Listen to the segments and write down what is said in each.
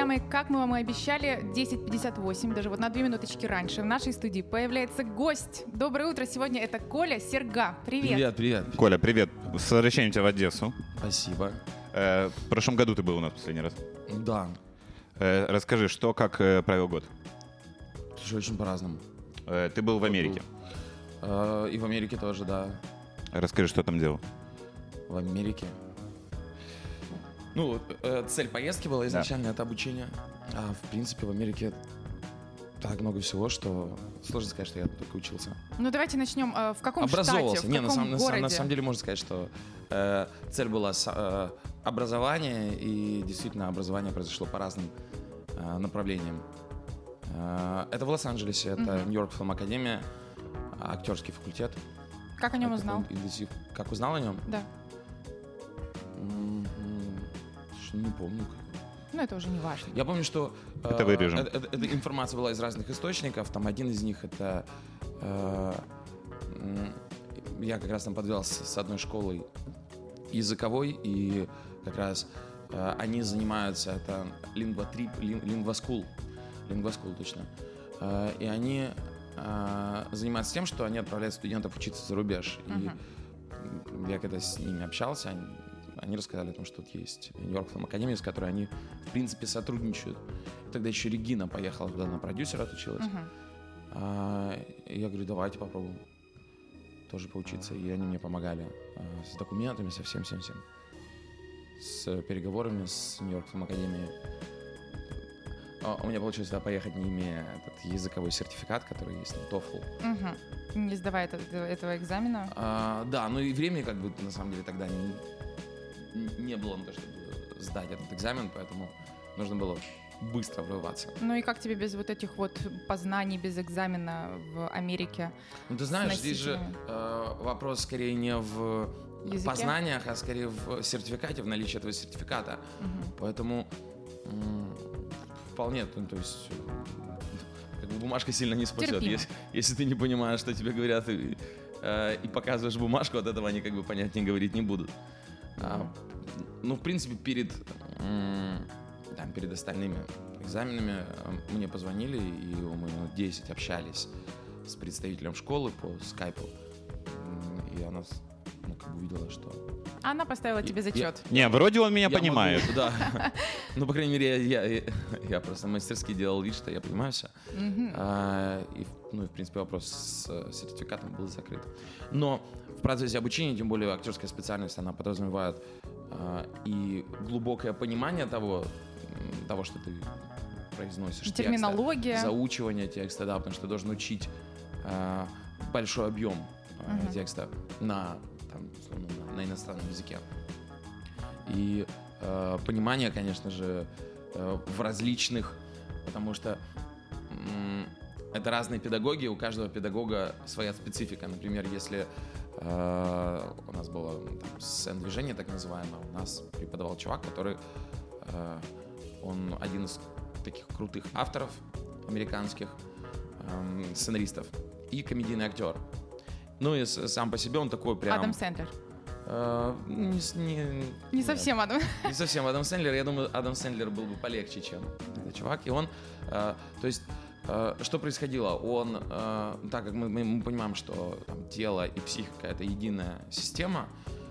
друзья мои, как мы вам и обещали, 10:58, даже вот на 2 минуточки раньше, в нашей студии появляется гость. Доброе утро, сегодня это Коля Серга. Привет. Привет. Коля, привет. С возвращением тебя в Одессу. Спасибо. В прошлом году ты был у нас последний раз. Да. Расскажи, что, как провел год? Слушай, очень по-разному. Ты был в Америке. И в Америке тоже, да. Расскажи, что там делал. В Америке. Ну, цель поездки была изначально это обучение. А в принципе в Америке так много всего, что сложно сказать, что я только учился. Ну давайте начнем. В каком штате, Образовывался. в каком городе? На самом деле можно сказать, что цель была образование, и действительно образование произошло по разным направлениям. Это в Лос-Анджелесе, это Нью-Йорк Филм-академия, актерский факультет. Как о нем узнал? Как узнал о нем? Да. Не помню. Ну, это уже не важно. Я помню, что это вырежем. Эта информация была из разных источников. Там один из них это... я как раз там подвязался с одной школой языковой, и как раз они занимаются, это Lingua School, точно. И они занимаются тем, что они отправляют студентов учиться за рубеж. И я когда с ними общался, они рассказали о том, что тут есть Нью-Йорк Филм-академия, с которой они, в принципе, сотрудничают. Тогда еще Регина поехала туда на продюсера, отучилась. И я говорю, давайте попробуем тоже поучиться. И они мне помогали с документами, со всем. С переговорами с Нью-Йорк Филм-академией. У меня получилось туда поехать, не имея этот языковой сертификат, который есть на TOEFL. Не сдавая этого экзамена? Да, ну и времени, как бы, на самом деле, тогда не было на то, чтобы сдать этот экзамен, поэтому нужно было быстро врываться. Ну и как тебе без вот этих вот познаний, без экзамена в Америке? Ну ты знаешь, здесь же вопрос скорее не в языке? Познаниях, а скорее в сертификате, в наличии этого сертификата. Поэтому вполне, ну, то есть как бы бумажка сильно не спасет. Если ты не понимаешь, что тебе говорят, и показываешь бумажку, от этого они как бы понять не говорить не будут. Ну, в принципе, перед остальными экзаменами мне позвонили, и мы минут 10 общались с представителем школы по скайпу. И она как бы увидела, что... Она поставила тебе зачет. Не, вроде он меня понимает. Могу, да. Ну, по крайней мере, я просто мастерски делал вид, что я понимаю все. И, в принципе, вопрос с сертификатом был закрыт. Но в процессе обучения, тем более актерская специальность, она подразумевает и глубокое понимание того, что ты произносишь. Терминология. Текста, заучивание текста, да, потому что ты должен учить большой объем текста на иностранном языке. И понимание, конечно же, в различных, потому что это разные педагоги, у каждого педагога своя специфика. Например, если у нас было сцен-движение, так называемое, у нас преподавал чувак, который он один из таких крутых авторов американских, сценаристов и комедийный актер. Ну и сам по себе он такой прям... Адам Сэндлер. Не совсем Адам. Не совсем Адам Сэндлер. Я думаю, Адам Сэндлер был бы полегче, чем этот чувак. И он, то есть, что происходило? Он, так как мы понимаем, что там, тело и психика — это единая система,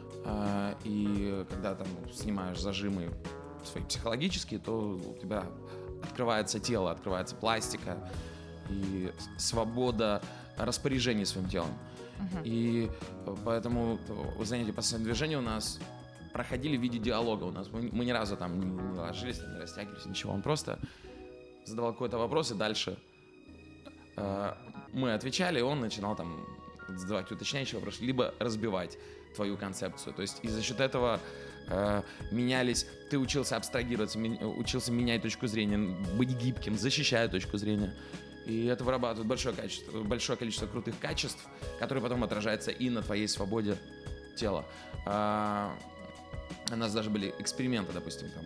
и когда там снимаешь зажимы свои психологические, то у тебя открывается тело, открывается пластика и свобода распоряжения своим телом. И поэтому занятия по движению у нас проходили в виде диалога. Мы ни разу там не ложились, не растягивались, ничего. Он просто задавал какой-то вопрос, и дальше мы отвечали, и он начинал там задавать уточняющие вопросы, либо разбивать твою концепцию. То есть и за счет этого менялись, ты учился абстрагироваться, учился менять точку зрения, быть гибким, защищая точку зрения. И это вырабатывает большое количество крутых качеств, которые потом отражаются и на твоей свободе тела. У нас даже были эксперименты, допустим, там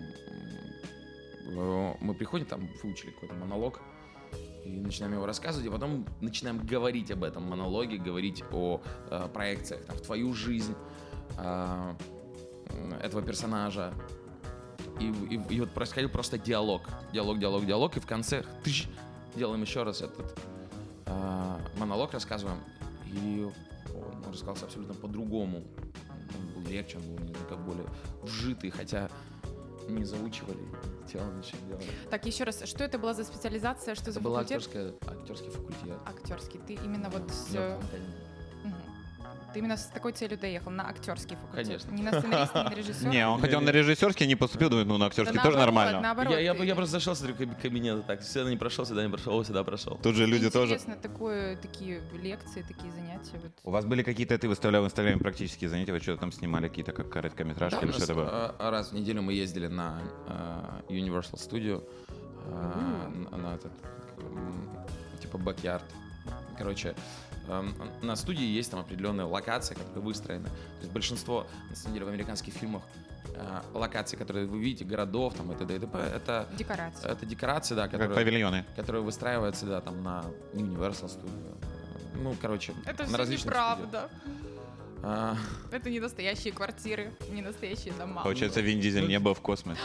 мы приходим, там выучили какой-то монолог и начинаем его рассказывать, и потом начинаем говорить об этом монологе, говорить о проекциях там, в твою жизнь этого персонажа. И вот происходил просто диалог, и в конце делаем еще раз этот монолог, рассказываем, и он рассказался абсолютно по-другому. Он был легче, он был как более вжитый, хотя не заучивали, телом ничего не делали. Так, еще раз, что это была за специализация, что за Это был факультет? актерский факультет. Актерский. Ты именно вот с... Нет, академия. Мгм. Ты именно с такой целью доехал на актерский факультет? Конечно. Не на сценариста, не на режиссера? Не, он хотел на режиссерский, не поступил, думает, ну на актерский тоже нормально. Наоборот, Я просто зашел с этого кабинета, так, сюда не прошел, сюда прошел. Тут же люди тоже. Интересно, такие лекции, такие занятия. Вот. У вас были какие-то, ты выставлял в Инстаграме практические занятия, вы что-то там снимали, какие-то как короткометражки или что-то было? Раз в неделю мы ездили на Universal Studio, на этот, типа, бэк-ярд. Короче, на студии есть там определенные локации, которые выстроены. То есть большинство, на самом деле, в американских фильмах локаций, которые вы видите, городов, там, и т.д. и т.п., это Декорации. это декорации, да, Как павильоны. которые выстраиваются, да, там, на Universal Studio. Ну, короче, Это на все различных неправда. студиях. Это не настоящие квартиры, не настоящие дома. Получается, Вин Дизель не был в космосе.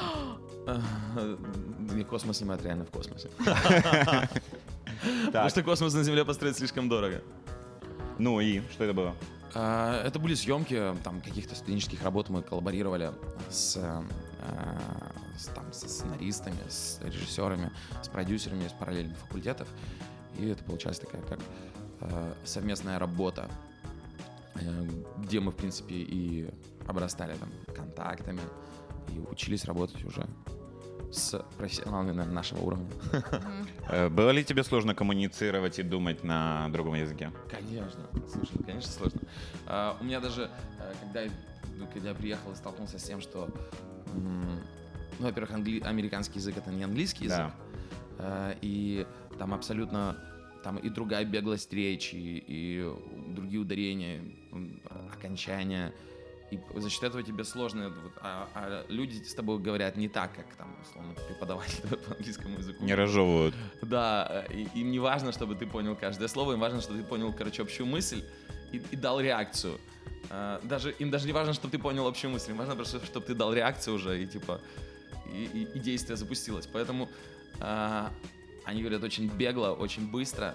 Не космос снимают реально в космосе. Потому что космос на Земле построить слишком дорого. Ну и что это было? Это были съемки там каких-то студенческих работ, мы коллаборировали со сценаристами, с режиссерами, с продюсерами из параллельных факультетов. И это получалась такая как совместная работа, где мы, в принципе, и обрастали там контактами и учились работать уже с профессионалами, наверное, нашего уровня. Было ли тебе сложно коммуницировать и думать на другом языке? Конечно, слушай, конечно, сложно. У меня даже, когда я приехал и столкнулся с тем, что, ну, во-первых, американский язык — это не английский язык, и там абсолютно там и другая беглость речи, и другие ударения, окончания. И за счет этого тебе сложно, а люди с тобой говорят не так, как там, условно, преподаватель по английскому языку. Не разжевывают. Да, им не важно, чтобы ты понял каждое слово, им важно, чтобы ты понял, короче, общую мысль и дал реакцию. Им даже не важно, чтобы ты понял общую мысль, им важно просто, чтобы ты дал реакцию уже, и типа, и действие запустилось. Поэтому они говорят очень бегло, очень быстро.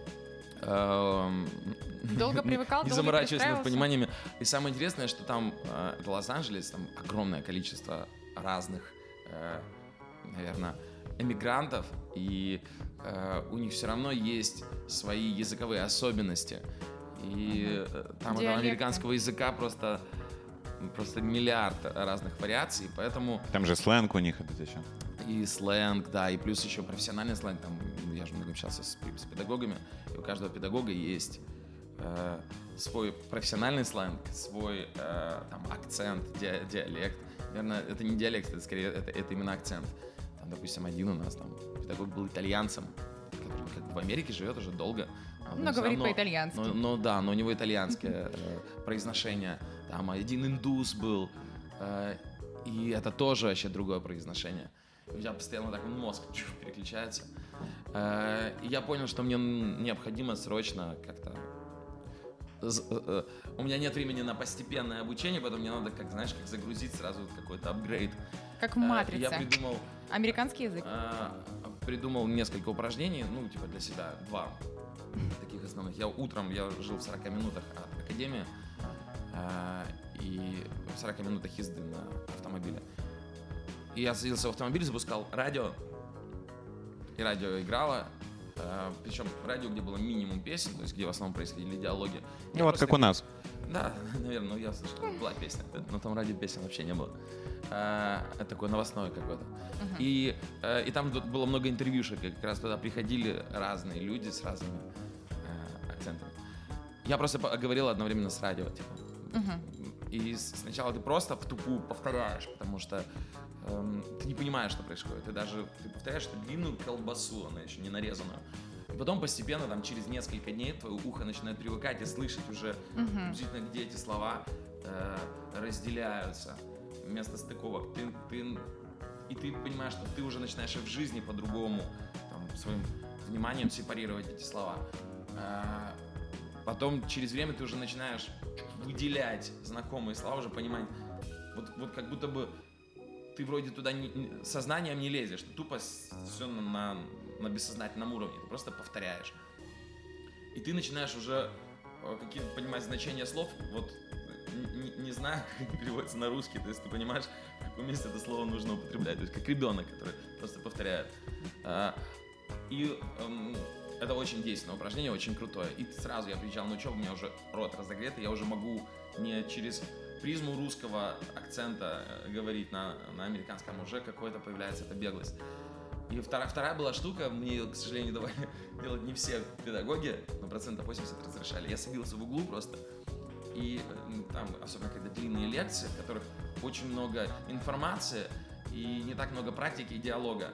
Долго привыкал, не долго заморачиваясь над перестраивался? пониманиями. И самое интересное, что там это Лос-Анджелес, там огромное количество разных, наверное, эмигрантов, и у них все равно есть свои языковые особенности. И там этого американского языка просто миллиард разных вариаций, поэтому... Там же сленг у них это еще. И сленг, да, и плюс еще профессиональный сленг. Там, я же много общался с педагогами, и у каждого педагога есть свой профессиональный сленг, свой там, акцент, диалект. Наверное, это не диалект, это скорее это именно акцент. Там, допустим, один у нас там педагог был итальянцем, который как бы в Америке живет уже долго. Но говорит по-итальянски. Но у него итальянское произношение. Там один индус был, и это тоже вообще другое произношение. У меня постоянно так мозг переключается. И я понял, что мне необходимо срочно как-то... У меня нет времени на постепенное обучение, поэтому мне надо, как знаешь, как загрузить сразу какой-то апгрейд. Как в «Матрице». Я придумал... Американский язык. Придумал несколько упражнений, ну, типа для себя, 2 таких основных. Я жил в 40 минутах от академии, и в 40 минутах езды на автомобиле. И я садился в автомобиль, запускал радио, и радио играло, причем радио, где было минимум песен, то есть где в основном происходили диалоги. Ну вот как у нас. Да, наверное, ну я слышал, была песня, но там радио песен вообще не было. Это такое новостное какое-то. И там было много интервьюшек, и как раз туда приходили разные люди с разными акцентами. Я просто говорил одновременно с радио, типа. И сначала ты просто в тупую повторяешь, потому что ты не понимаешь, что происходит. Ты повторяешь эту длинную колбасу, она еще не нарезанную. И потом постепенно, там, через несколько дней твое ухо начинает привыкать и слышать уже приблизительно, где эти слова разделяются вместо стыковок. И ты понимаешь, что ты уже начинаешь в жизни по-другому там, своим вниманием сепарировать эти слова. Потом через время ты уже начинаешь выделять знакомые слова, уже понимать, вот как будто бы ты вроде туда сознанием не лезешь, ты тупо все на бессознательном уровне, ты просто повторяешь. И ты начинаешь уже какие-то понимать значения слов, вот не знаю, как это переводится на русский, то есть ты понимаешь, в каком месте это слово нужно употреблять, то есть как ребенок, который просто повторяет. И это очень действенное упражнение, очень крутое. И сразу я приезжал на учебу, у меня уже рот разогретый, я уже могу не через призму русского акцента говорить на американском, уже какой-то появляется эта беглость. И вторая была штука, мне, к сожалению, давали делать не все педагоги, но 80% разрешали. Я садился в углу просто, и там, особенно когда длинные лекции, в которых очень много информации и не так много практики и диалога,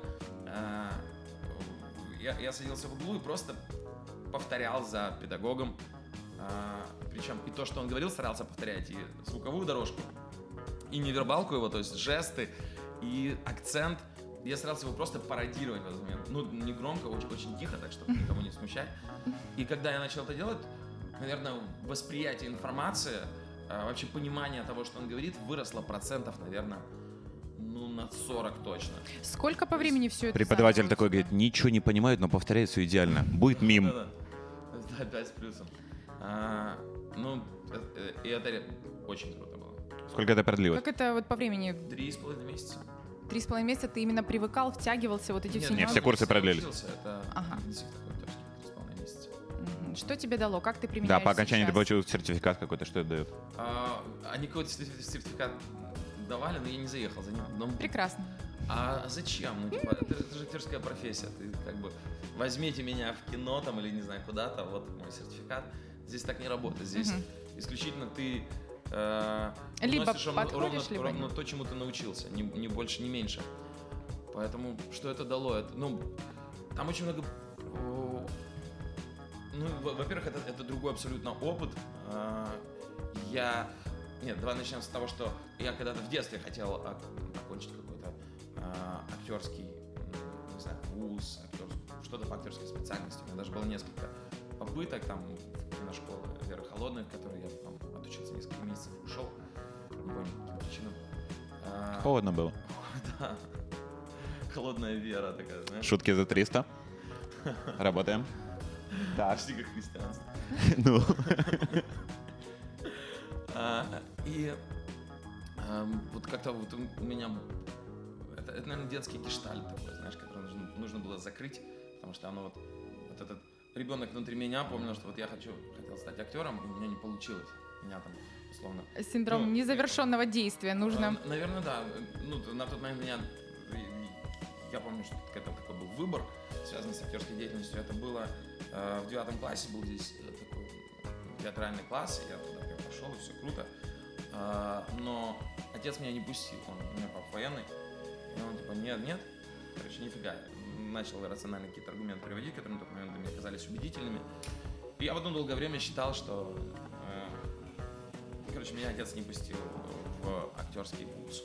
я садился в углу и просто повторял за педагогом, причем и то, что он говорил, старался повторять и звуковую дорожку, и невербалку его, то есть жесты, и акцент. Я старался его просто пародировать в этот момент. Ну, не громко, очень тихо, так, чтобы никого не смущать. И когда я начал это делать, наверное, восприятие информации, вообще понимание того, что он говорит, выросло процентов, наверное, на 40 точно. Сколько по времени все это? Преподаватель такой говорит, ничего не понимают, но повторяет все идеально. Будет мим. Да, 5 с плюсом. И это очень круто было. Сколько это продлилось? Как это вот по времени? 3,5 месяца. 3,5 месяца ты именно привыкал, втягивался, вот эти все Нет, все курсы продлились. Это интенсив такой, 3,5 месяца. Что тебе дало? Как ты применяешь Да, по окончании ты сейчас? получил сертификат какой-то, что это дает? Они какой-то сертификат давали, но я не заехал за ним. Прекрасно. А зачем? Ну, типа, это же актерская профессия. Ты как бы возьмите меня в кино там или не знаю куда-то, вот мой сертификат. Здесь так не работает. Здесь исключительно ты либо подходишь, либо ровно то, чему ты научился, не больше, не меньше. Поэтому что это дало? Это, там очень много. Во-первых, это другой абсолютно опыт. Давай начнем с того, что я когда-то в детстве хотел окончить какой-то актерский, не знаю, вуз, что-то по актерской специальности. У меня даже было несколько попыток там в киношколы Веры Холодной, в которой я там отучился несколько месяцев, ушел, не помню, по каким причинам. Холодно было. Да. Холодная Вера такая, знаешь. Шутки за 300. Работаем. Так. Почти как христианство. Ну. Вот как-то вот у меня... Это, наверное, детский гештальт такой, знаешь, который нужно было закрыть, потому что оно вот этот ребенок внутри меня помнил, что вот я хотел стать актером, и у меня не получилось. Меня там, условно... Синдром незавершенного действия нужно... Наверное, да. На тот момент я помню, что это такой был выбор, связанный с актерской деятельностью. Это было в 9 классе, был здесь такой театральный класс, и я туда прям пошел, и все круто. Но отец меня не пустил, у меня папа военный, и он типа нет, короче, нифига. Начал рационально какие-то аргументы приводить, которые на тот момент для меня казались убедительными. И я потом долгое время считал, что, меня отец не пустил в актерский вуз.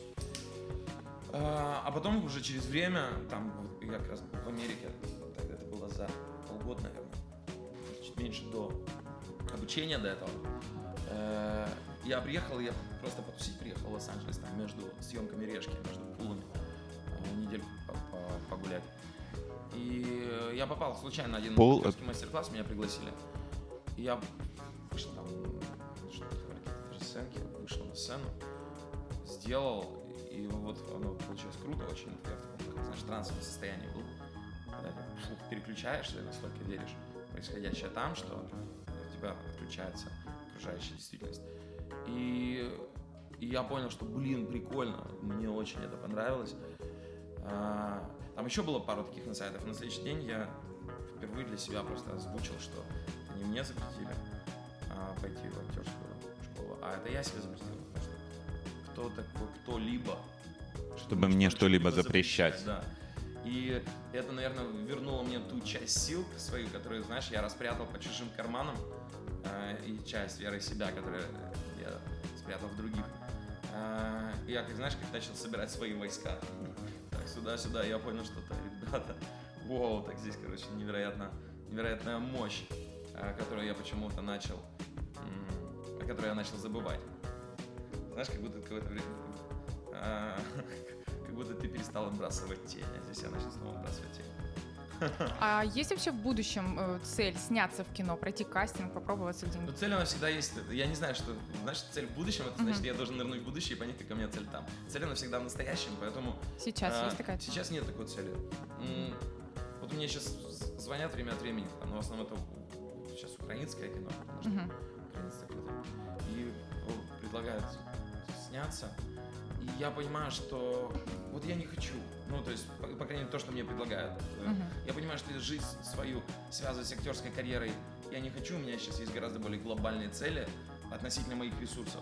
А потом уже через время, там, я как раз был в Америке, тогда это было за полгода, наверное, чуть меньше до обучения до этого. Я приехал, я просто потусить приехал в Лос-Анджелес, там, между съемками «Решки», между пулами, недельку погулять. И я попал случайно на один актерский мастер-класс, меня пригласили. И я вышел там, какие-то сценки, вышел на сцену, сделал, и вот оно получилось круто очень. Я в таком, знаешь, трансовом состоянии был, когда ты переключаешься, настолько веришь в происходящее там, что у тебя отключается окружающая действительность. И я понял, что, прикольно, мне очень это понравилось. Там еще было пару таких инсайдов. На следующий день я впервые для себя просто озвучил, что это не мне запретили пойти в актерскую школу, а это я себе запретил. Потому что кто такой, кто-либо... Чтобы мне что-либо запрещать. Да. И это, наверное, вернуло мне ту часть сил свою, которую, знаешь, я распрятал по чужим карманам, и часть веры в себя, которую я спрятал в других. И я, как начал собирать свои войска. Так, сюда-сюда, я понял, что ребята, вау, так здесь, невероятная мощь, которую я почему-то начал забывать. Знаешь, как будто какое-то время, как стал отбрасывать тень, а здесь я начал снова отбрасывать тень. А есть вообще в будущем цель сняться в кино, пройти кастинг, попробоваться Ну, где-нибудь? цель, она всегда есть. Я не знаю, что значит цель в будущем, это значит, я должен нырнуть в будущее и понять, какая у меня цель там. Цель, она всегда в настоящем, поэтому... Сейчас есть такая цель? Сейчас нет такой цели. Вот мне сейчас звонят время от времени, но в основном это сейчас украинское кино, потому что украинцы так любят, и предлагают сняться. И я понимаю, что вот я не хочу. Ну, то есть, по крайней мере, то, что мне предлагают. Я понимаю, что жизнь свою связывать с актерской карьерой я не хочу. У меня сейчас есть гораздо более глобальные цели относительно моих ресурсов.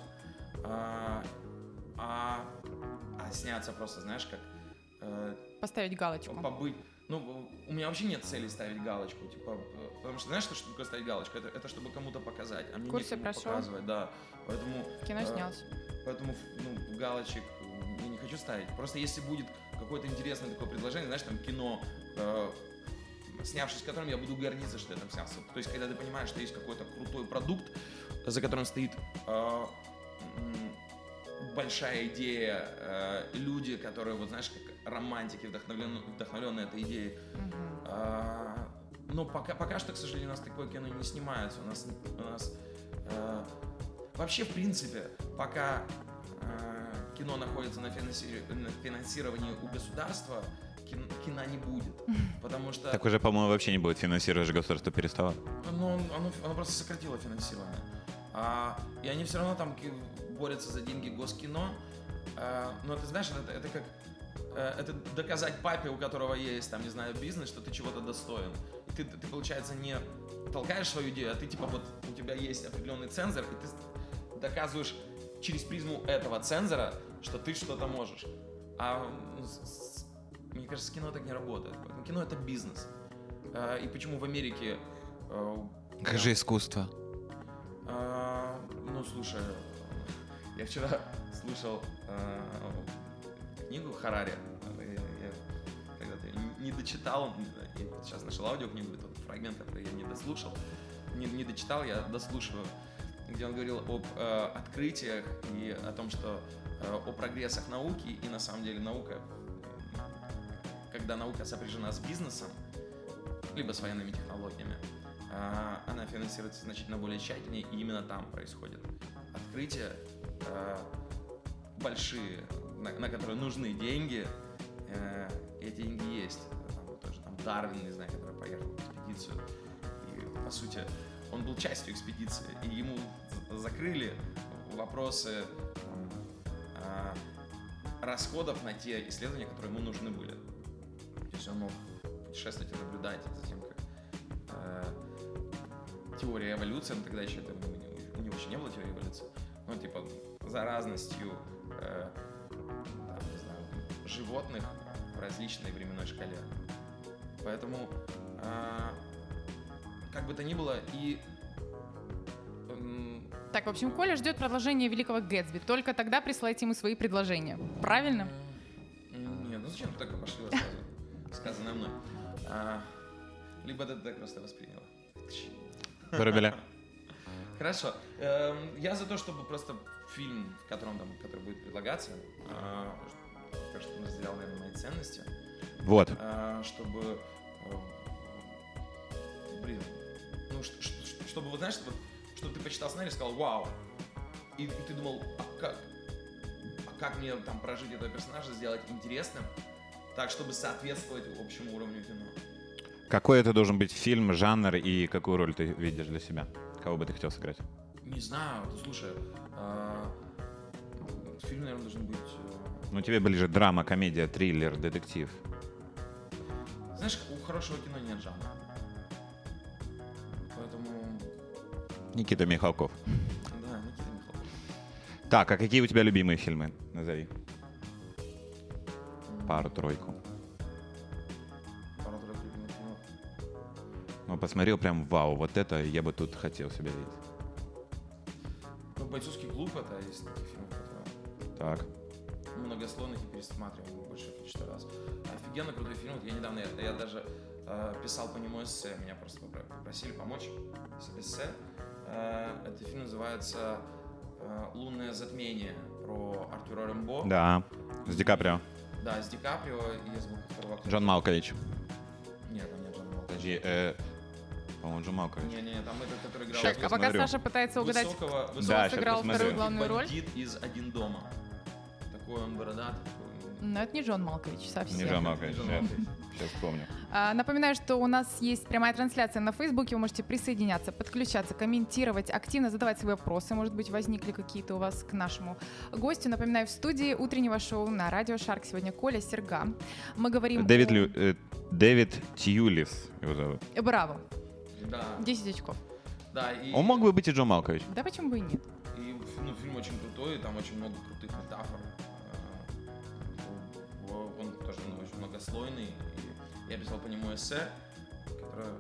А сняться просто, знаешь, как... Поставить галочку. Побыть. Ну, у меня вообще нет цели ставить галочку, типа, потому что знаешь, что такое ставить галочку? Это чтобы кому-то показать, а мне Курсы некому прошел. показывать, да. Поэтому В кино снялся. Поэтому, галочек я не хочу ставить. Просто если будет какое-то интересное такое предложение, знаешь, там кино, снявшись в котором, я буду гордиться, что я там снялся. То есть, когда ты понимаешь, что есть какой-то крутой продукт, за которым стоит большая идея, люди, которые, вот знаешь, как романтики, вдохновленные этой идеей. Но пока что, к сожалению, у нас такое кино не снимается. У нас вообще, в принципе, пока кино находится на финансировании у государства, кино не будет. Потому что... Так уже, по-моему, вообще не будет финансировать, же государство перестало. Оно просто сократило финансирование. И они все равно там борются за деньги госкино. Но ты знаешь, это как... Это доказать папе, у которого есть, там, не знаю, бизнес, что ты чего-то достоин. И ты, получается, не толкаешь свою идею, а ты, типа, вот у тебя есть определенный цензор, и ты доказываешь через призму этого цензора, что ты что-то можешь. Мне кажется, кино так не работает. Кино — это бизнес. И почему в Америке... Как же искусство? Ну, слушай, я вчера слушал книгу Харари. Я когда-то не дочитал, я сейчас нашел аудиокнигу, этот фрагмент, который я не дослушал, не дочитал, я дослушиваю, где он говорил об открытиях и о том, что о прогрессах науки, и на самом деле наука, когда наука сопряжена с бизнесом, либо с военными технологиями, она финансируется значительно более тщательнее, и именно там происходит открытия большие, на которые нужны деньги, и эти деньги есть. Тоже там Дарвин, не знаю, который поехал в экспедицию, и, по сути, он был частью экспедиции, и ему закрыли вопросы расходов на те исследования, которые ему нужны были. То есть он мог путешествовать и наблюдать за тем, как теория эволюции, но тогда еще у него еще не было теории эволюции, ну, типа, за разностью не знаю, животных в различной временной шкале. Поэтому, как бы то ни было, и... Так, в общем, Коля ждет продолжения Великого Гэтсби. Только тогда присылайте ему свои предложения. Правильно? Нет, ну зачем ты так пошлила сразу, сказанное мной? Либо ты так просто восприняла. Вырубили. Хорошо. Я за то, чтобы просто фильм, который будет предлагаться, чтобы он разделял, наверное, мои ценности. Вот. Чтобы... чтобы, вот знаешь, чтобы ты почитал сценарий и сказал «Вау!» И ты думал, как мне там прожить этого персонажа, сделать интересным, так, чтобы соответствовать общему уровню кино. Какой это должен быть фильм, жанр и какую роль ты видишь для себя? Кого бы ты хотел сыграть? Не знаю, слушай, фильм, наверное, должен быть... Ну, тебе ближе драма, комедия, триллер, детектив. Знаешь, у хорошего кино нет жанра. Поэтому... Никита Михалков. Да, Никита Михалков. Так, а какие у тебя любимые фильмы? Назови. Пару-тройку. Пару-тройку любимых фильмов. Ну, посмотрел прям вау, вот это я бы тут хотел себя видеть. Ну, «Бойцовский клуб» — это из таких фильмов, которые... Так. Многослойных и пересматриваем большое количество раз. Офигенно крутой фильм. Вот я недавно, я даже писал по нему эссе, меня просто попросили помочь с эссе. Этот фильм называется «Лунное затмение», про Артура Рембо. Да, с Ди Каприо. Да, с Ди Каприо и я забыл второго актера. Джон Малкович. Нет, там нет Джона Малковича. Подожди, по-моему, Джон Малкович. Не, там этот, который играл Щас Так, а пока посмотрю. Саша пытается угадать, высокого кто Да, щас сыграл посмотрю. вторую главную роль. бандит из «Один дома». Такой он бородатый. Но это не Джон Малкович совсем. Не Джон Малкович, Не Джон нет. Малкович. Сейчас вспомню. Напоминаю, что у нас есть прямая трансляция на Фейсбуке. Вы можете присоединяться, подключаться, комментировать, активно задавать свои вопросы. Может быть, возникли какие-то у вас к нашему гостю. Напоминаю, в студии утреннего шоу на Радио Шарк сегодня Коля Серга. Мы говорим Дэвид Тьюлис его зовут. Браво. Да, 10 очков. да. И, Он мог бы быть и Джон Малкович. Да почему бы и нет? и фильм очень крутой, там очень много крутых метафор. Он тоже очень многослойный. И я писал по нему эссе, которое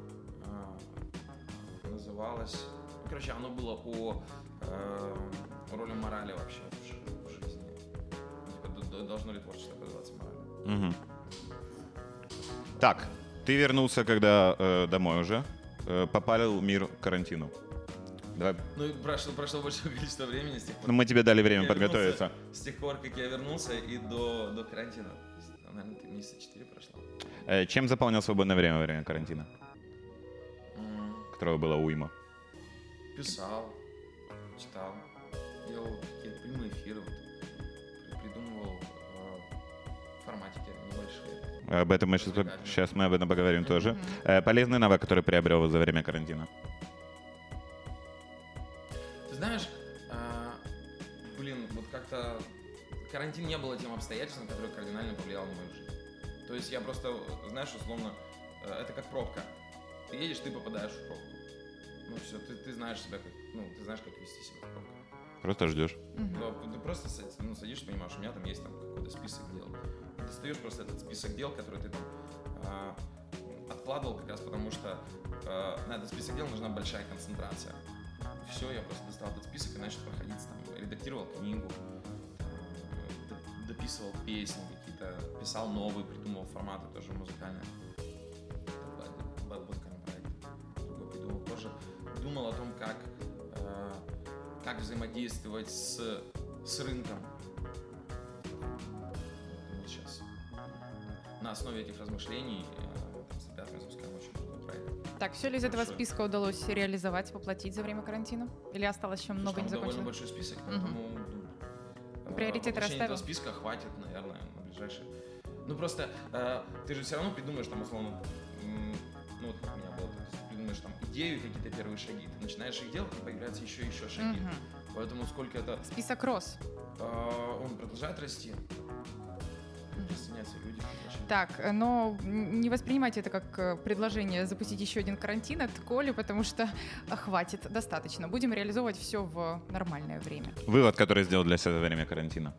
называлось... Короче, оно было о роли морали вообще в жизни. Типа, должно ли творчество называться моралью? Мгм. Так, ты вернулся когда домой уже, попалил мир карантину. Давай. Ну и прошло большое количество времени с тех пор. Ну, мы тебе дали время Я подготовиться. вернулся с тех пор, как я вернулся, и до карантина. Наверное, месяца 4 прошло. Чем заполнил свободное время во время карантина, которого было уйма? Писал, читал, делал какие-то прямые эфиры, придумывал форматики небольшие. Об этом мы сейчас мы об этом поговорим тоже. Полезный навык, который приобрел за время карантина. Ты знаешь, вот как-то карантин не был тем обстоятельством, которое кардинально повлияло на мою жизнь. То есть я просто, знаешь, условно, это как пробка. Ты едешь, ты попадаешь в пробку. Ну все, ты знаешь себя, ты знаешь, как вести себя в пробке. Просто ждешь. Ты просто садишься, понимаешь, у меня там есть там какой-то список дел. И ты достаешь просто этот список дел, который ты там откладывал как раз потому, что на этот список дел нужна большая концентрация. Все, я просто достал этот список и начал проходить, там, редактировал книгу, дописывал песни какие-то, писал новые, придумывал форматы тоже музыкальные. Музыкальный проект другой придумал. Тоже думал о том, как взаимодействовать с рынком. Вот сейчас на основе этих размышлений с ребятами запускаем очень крутой проект. Так, все ли из этого Большой. списка удалось реализовать, воплотить за время карантина? Или осталось еще много Там довольно незаконченных? большой список, поэтому Приоритеты воплощение этого расставил? списка хватит, наверное, на ближайшее. Ну просто ты же все равно придумаешь там условно, ну вот у меня было, ты придумаешь там идею, какие-то первые шаги, ты начинаешь их делать, и появляются еще шаги. Поэтому сколько это, Список рос. он продолжает расти. Присоединяются люди. Так, но не воспринимайте это как предложение запустить еще один карантин от Коли, потому что хватит, достаточно. Будем реализовывать все в нормальное время. Вывод, который сделал для себя во время карантина.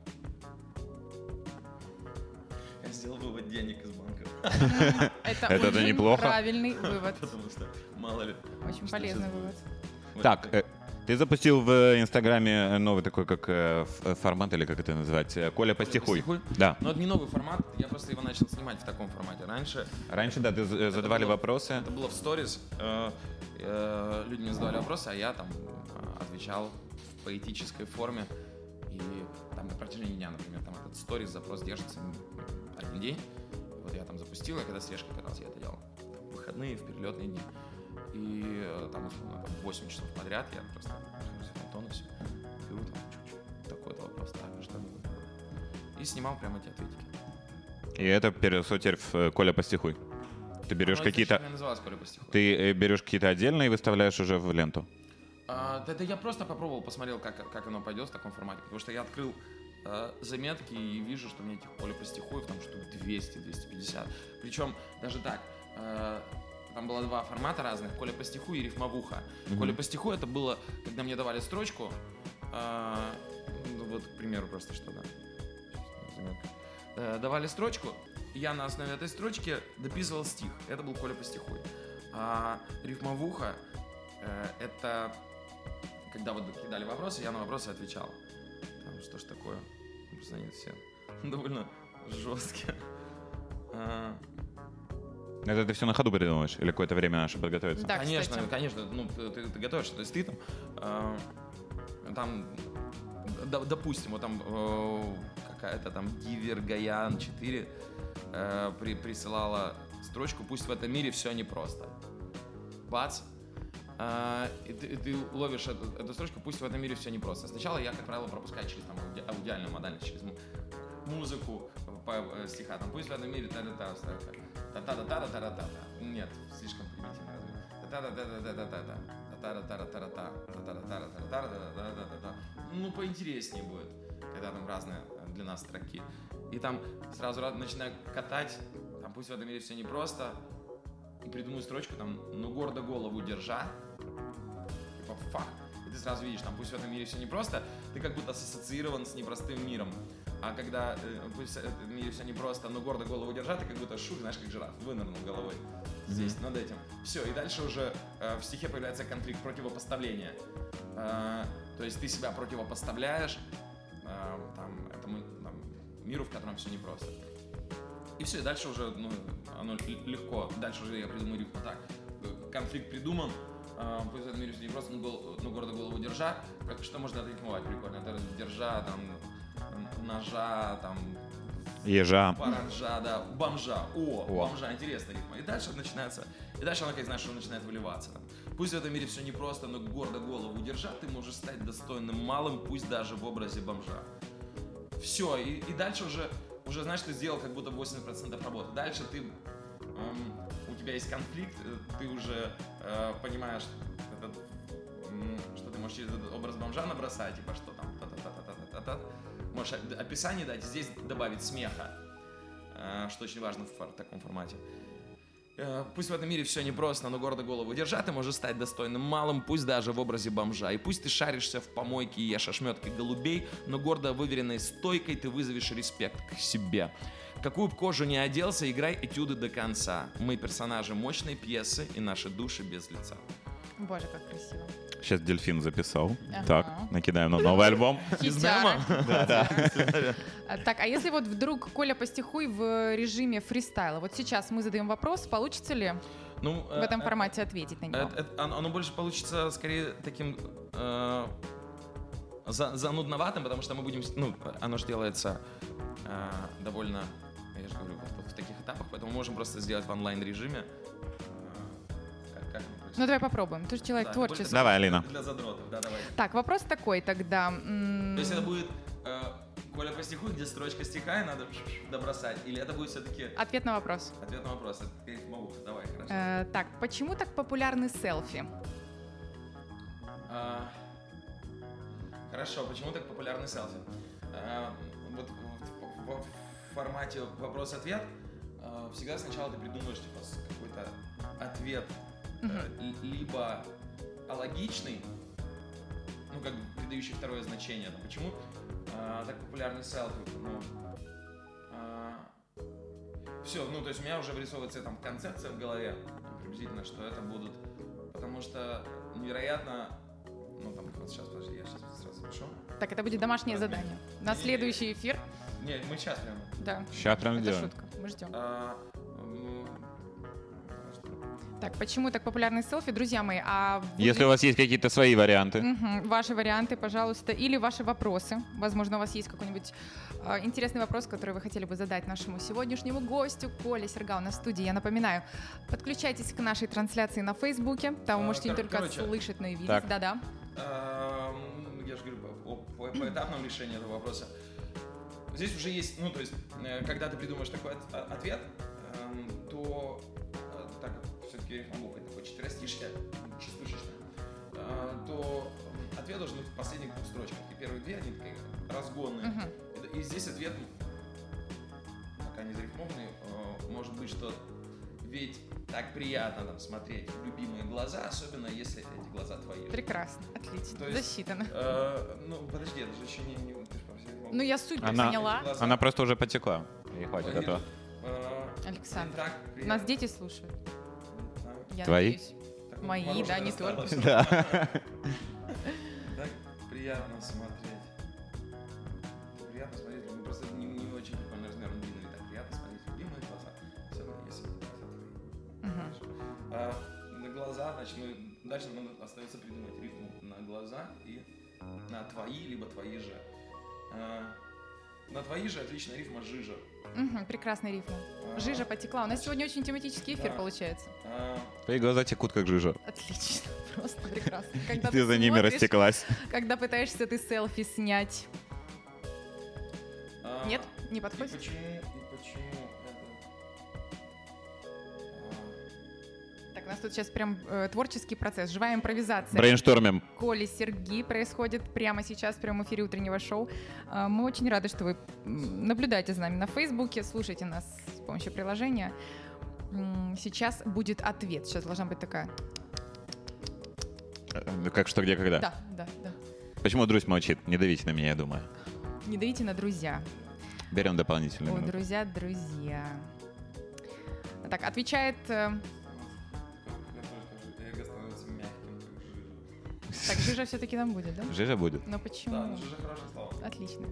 Я сделал вывод денег из банка. Это очень неплохо. правильный вывод. Потому что, мало ли. Очень что полезный сейчас вывод. будет. Так, ты запустил в Инстаграме новый такой, как формат, или как это назвать? Коля, постихуй. Постихуй? Да. Но это не новый формат, я просто его начал снимать в таком формате. Раньше, да, ты задавали было- вопросы. Это было в сторис. Люди мне задавали вопросы, а я там отвечал в поэтической форме. И там на протяжении дня, например, там этот сторис запрос держится один день. Вот я там запустил, я когда с Решкой катался, я это делал. В выходные, в перелетные дни. И там, условно, там 8 часов подряд я просто нахожусь в Антоновсе, беру там чуть-чуть такой-то вопрос, так, что будет. И снимал прямо эти ответики. И это переросло теперь в Коля, постихуй. Ты берешь Оно какие-то... изначально называлось «Коля, постихуй». Ты берешь какие-то отдельные и выставляешь уже в ленту. Да я просто попробовал, посмотрел, как оно пойдет в таком формате, потому что я открыл заметки и вижу, что у меня этих Коля постихуев там штук 200-250. Причем даже так, там было два формата разных, Коля постихуй и рифмовуха. Коля постихуй — это было, когда мне давали строчку, вот, к примеру, просто что, да. Давали строчку, я на основе этой строчки дописывал стих. Это был Коля постихуй. А рифмовуха — это когда вот кидали вопросы, я на вопросы отвечал. Там, что ж такое? Просто они все довольно жесткие. Это ты все на ходу придумываешь? Или какое-то время надо, чтобы подготовиться? Да, Конечно, кстати. конечно. Ну, ты готовишься. То есть ты там, допустим, вот там, как какая-то там Дивергаян 4 присылала строчку «Пусть в этом мире все непросто». Бац. И ты ловишь эту строчку «Пусть в этом мире все непросто». Сначала я, как правило, пропускаю через там, аудиальную модальность, через музыку по стиха. Там «Пусть в этом мире та-та-та». Та-та-та-та-та-та-та. Нет, слишком примитивно разве. Та-та-та-та-та-та-та. Ну, поинтереснее будет, когда там разная длина строки. И там сразу начинаю катать, там «Пусть в этом мире все непросто», и придумаю строчку, там «Но гордо голову держа», типа «фак», и ты сразу видишь, там «Пусть в этом мире все непросто», ты как будто ассоциирован с непростым миром. А когда «Пусть в этом мире все непросто, но гордо голову держа», ты как будто шур, знаешь, как жираф, вынырнул головой здесь, над этим. Все, и дальше уже в стихе появляется конфликт противопоставления. То есть ты себя противопоставляешь этому миру, в котором все непросто. И все, и дальше уже оно легко. Дальше уже я придумаю рифму так. Конфликт придуман, пусть в этом мире все непросто, но гордо голову держа. Что можно отрифмовать прикольно? Это держа, там, ножа, там... Ежа. Паранжа, да, бомжа. Бомжа, интересная рифма. И дальше начинается, она, как знаешь, что начинает выливаться. Там. Пусть в этом мире все непросто, но гордо голову держа, ты можешь стать достойным малым, пусть даже в образе бомжа. Все, и дальше уже, знаешь, ты сделал как будто 80% работы. Дальше у тебя есть конфликт, ты уже понимаешь, что ты можешь через этот образ бомжа набросать, типа что там, та-та-та-та-та-та-та. Можешь описание дать, здесь добавить смеха, что очень важно в таком формате. Пусть в этом мире все непросто, но гордо голову держа, ты можешь стать достойным малым, пусть даже в образе бомжа. И пусть ты шаришься в помойке и ешь ошметки голубей, но гордо выверенной стойкой ты вызовешь респект к себе. Какую б кожу не оделся, играй этюды до конца. Мы персонажи мощной пьесы и наши души без лица. Боже, как красиво. Сейчас дельфин записал. Ага. Так, накидаем на новый альбом. Из мема? Да. Так, а если вот вдруг Коля Пастихуй в режиме фристайла, вот сейчас мы задаем вопрос, получится ли в этом формате ответить на него? Оно больше получится скорее таким занудноватым, потому что мы будем, оно же делается довольно, я же говорю, в таких этапах, поэтому мы можем просто сделать в онлайн-режиме. Ну, давай попробуем. Ты же человек творческий. Давай, Алина. Для задротов, да, давай. Так, вопрос такой тогда. То есть это будет Коля Пастихуй, где строчка стиха, и надо добросать? Или это будет все-таки... Ответ на вопрос. Ответ на вопрос. Это могу. Давай, хорошо. Так, почему так популярны селфи? Хорошо, почему так популярны селфи? Вот в формате вопрос-ответ всегда сначала ты придумаешь какой-то ответ, либо алогичный, как придающий второе значение. Почему так популярны селфи? Все, то есть у меня уже вырисовывается там концепция в голове, приблизительно, что это будут, потому что невероятно, вот сейчас, подожди, я сейчас сразу запишу. Так, это будет домашнее задание. На следующий эфир. Нет, мы сейчас прямо. Да. Сейчас прямо делаем. Это шутка, мы ждем. Так, почему так популярны селфи, друзья мои? Если у вас есть какие-то свои варианты. Ваши варианты, пожалуйста, или ваши вопросы. Возможно, у вас есть какой-нибудь интересный вопрос, который вы хотели бы задать нашему сегодняшнему гостю, Коле Сергау на студии. Я напоминаю, подключайтесь к нашей трансляции на Фейсбуке. Там вы можете не только слышать, но и видеть. Да-да. Я же говорю, по этапному решению этого вопроса. Здесь уже есть, то есть, когда ты придумаешь такой ответ, то так как все-таки рифмовка такой четверостишье, шестушечное, то ответ должен быть в последних двух строчках. И первые две, они такие разгонные. И здесь ответ, пока не зарифмованный, может быть, что ведь так приятно там смотреть в любимые глаза, особенно если эти глаза твои. Прекрасно, отлично, засчитано. Подожди, это же еще не... я суть поняла. Она просто уже потекла. И хватит этого. Александр, нас дети слушают. Я твои? Надеюсь. Мои, да, не только. Да. Так приятно смотреть. Приятно смотреть, просто не очень прикольный размер длинный. Так приятно смотреть в любимые глаза, особенно если это глаза твои. На глаза, значит, дальше нам остается придумать рифму на глаза и на твои, либо твои же. На твои же отличная рифма «жижа». Прекрасная рифма. Жижа потекла. У нас сегодня очень тематический эфир получается. Твои глаза текут, как жижа. Отлично, просто прекрасно. Когда Ты за ними смотришь, растеклась. когда пытаешься ты селфи снять. Нет? Не подходит? И почему это... Так, у нас тут сейчас прям творческий процесс, живая импровизация. Брейнштормим. Коля, Сергей происходит прямо сейчас в прямом эфире утреннего шоу. Мы очень рады, что вы наблюдаете за нами на Фейсбуке, слушайте нас с помощью приложения. Сейчас будет ответ. Сейчас должна быть такая... Как, что, где, когда? Да. Почему Друзь молчит? Не давите на меня, я думаю. Не давите на друзья. Берем дополнительную минуту. Друзья. Так, отвечает... Так, жижа все-таки нам будет, да? Жижа будет. Но почему? Да, жижа хорошее слово. Отлично.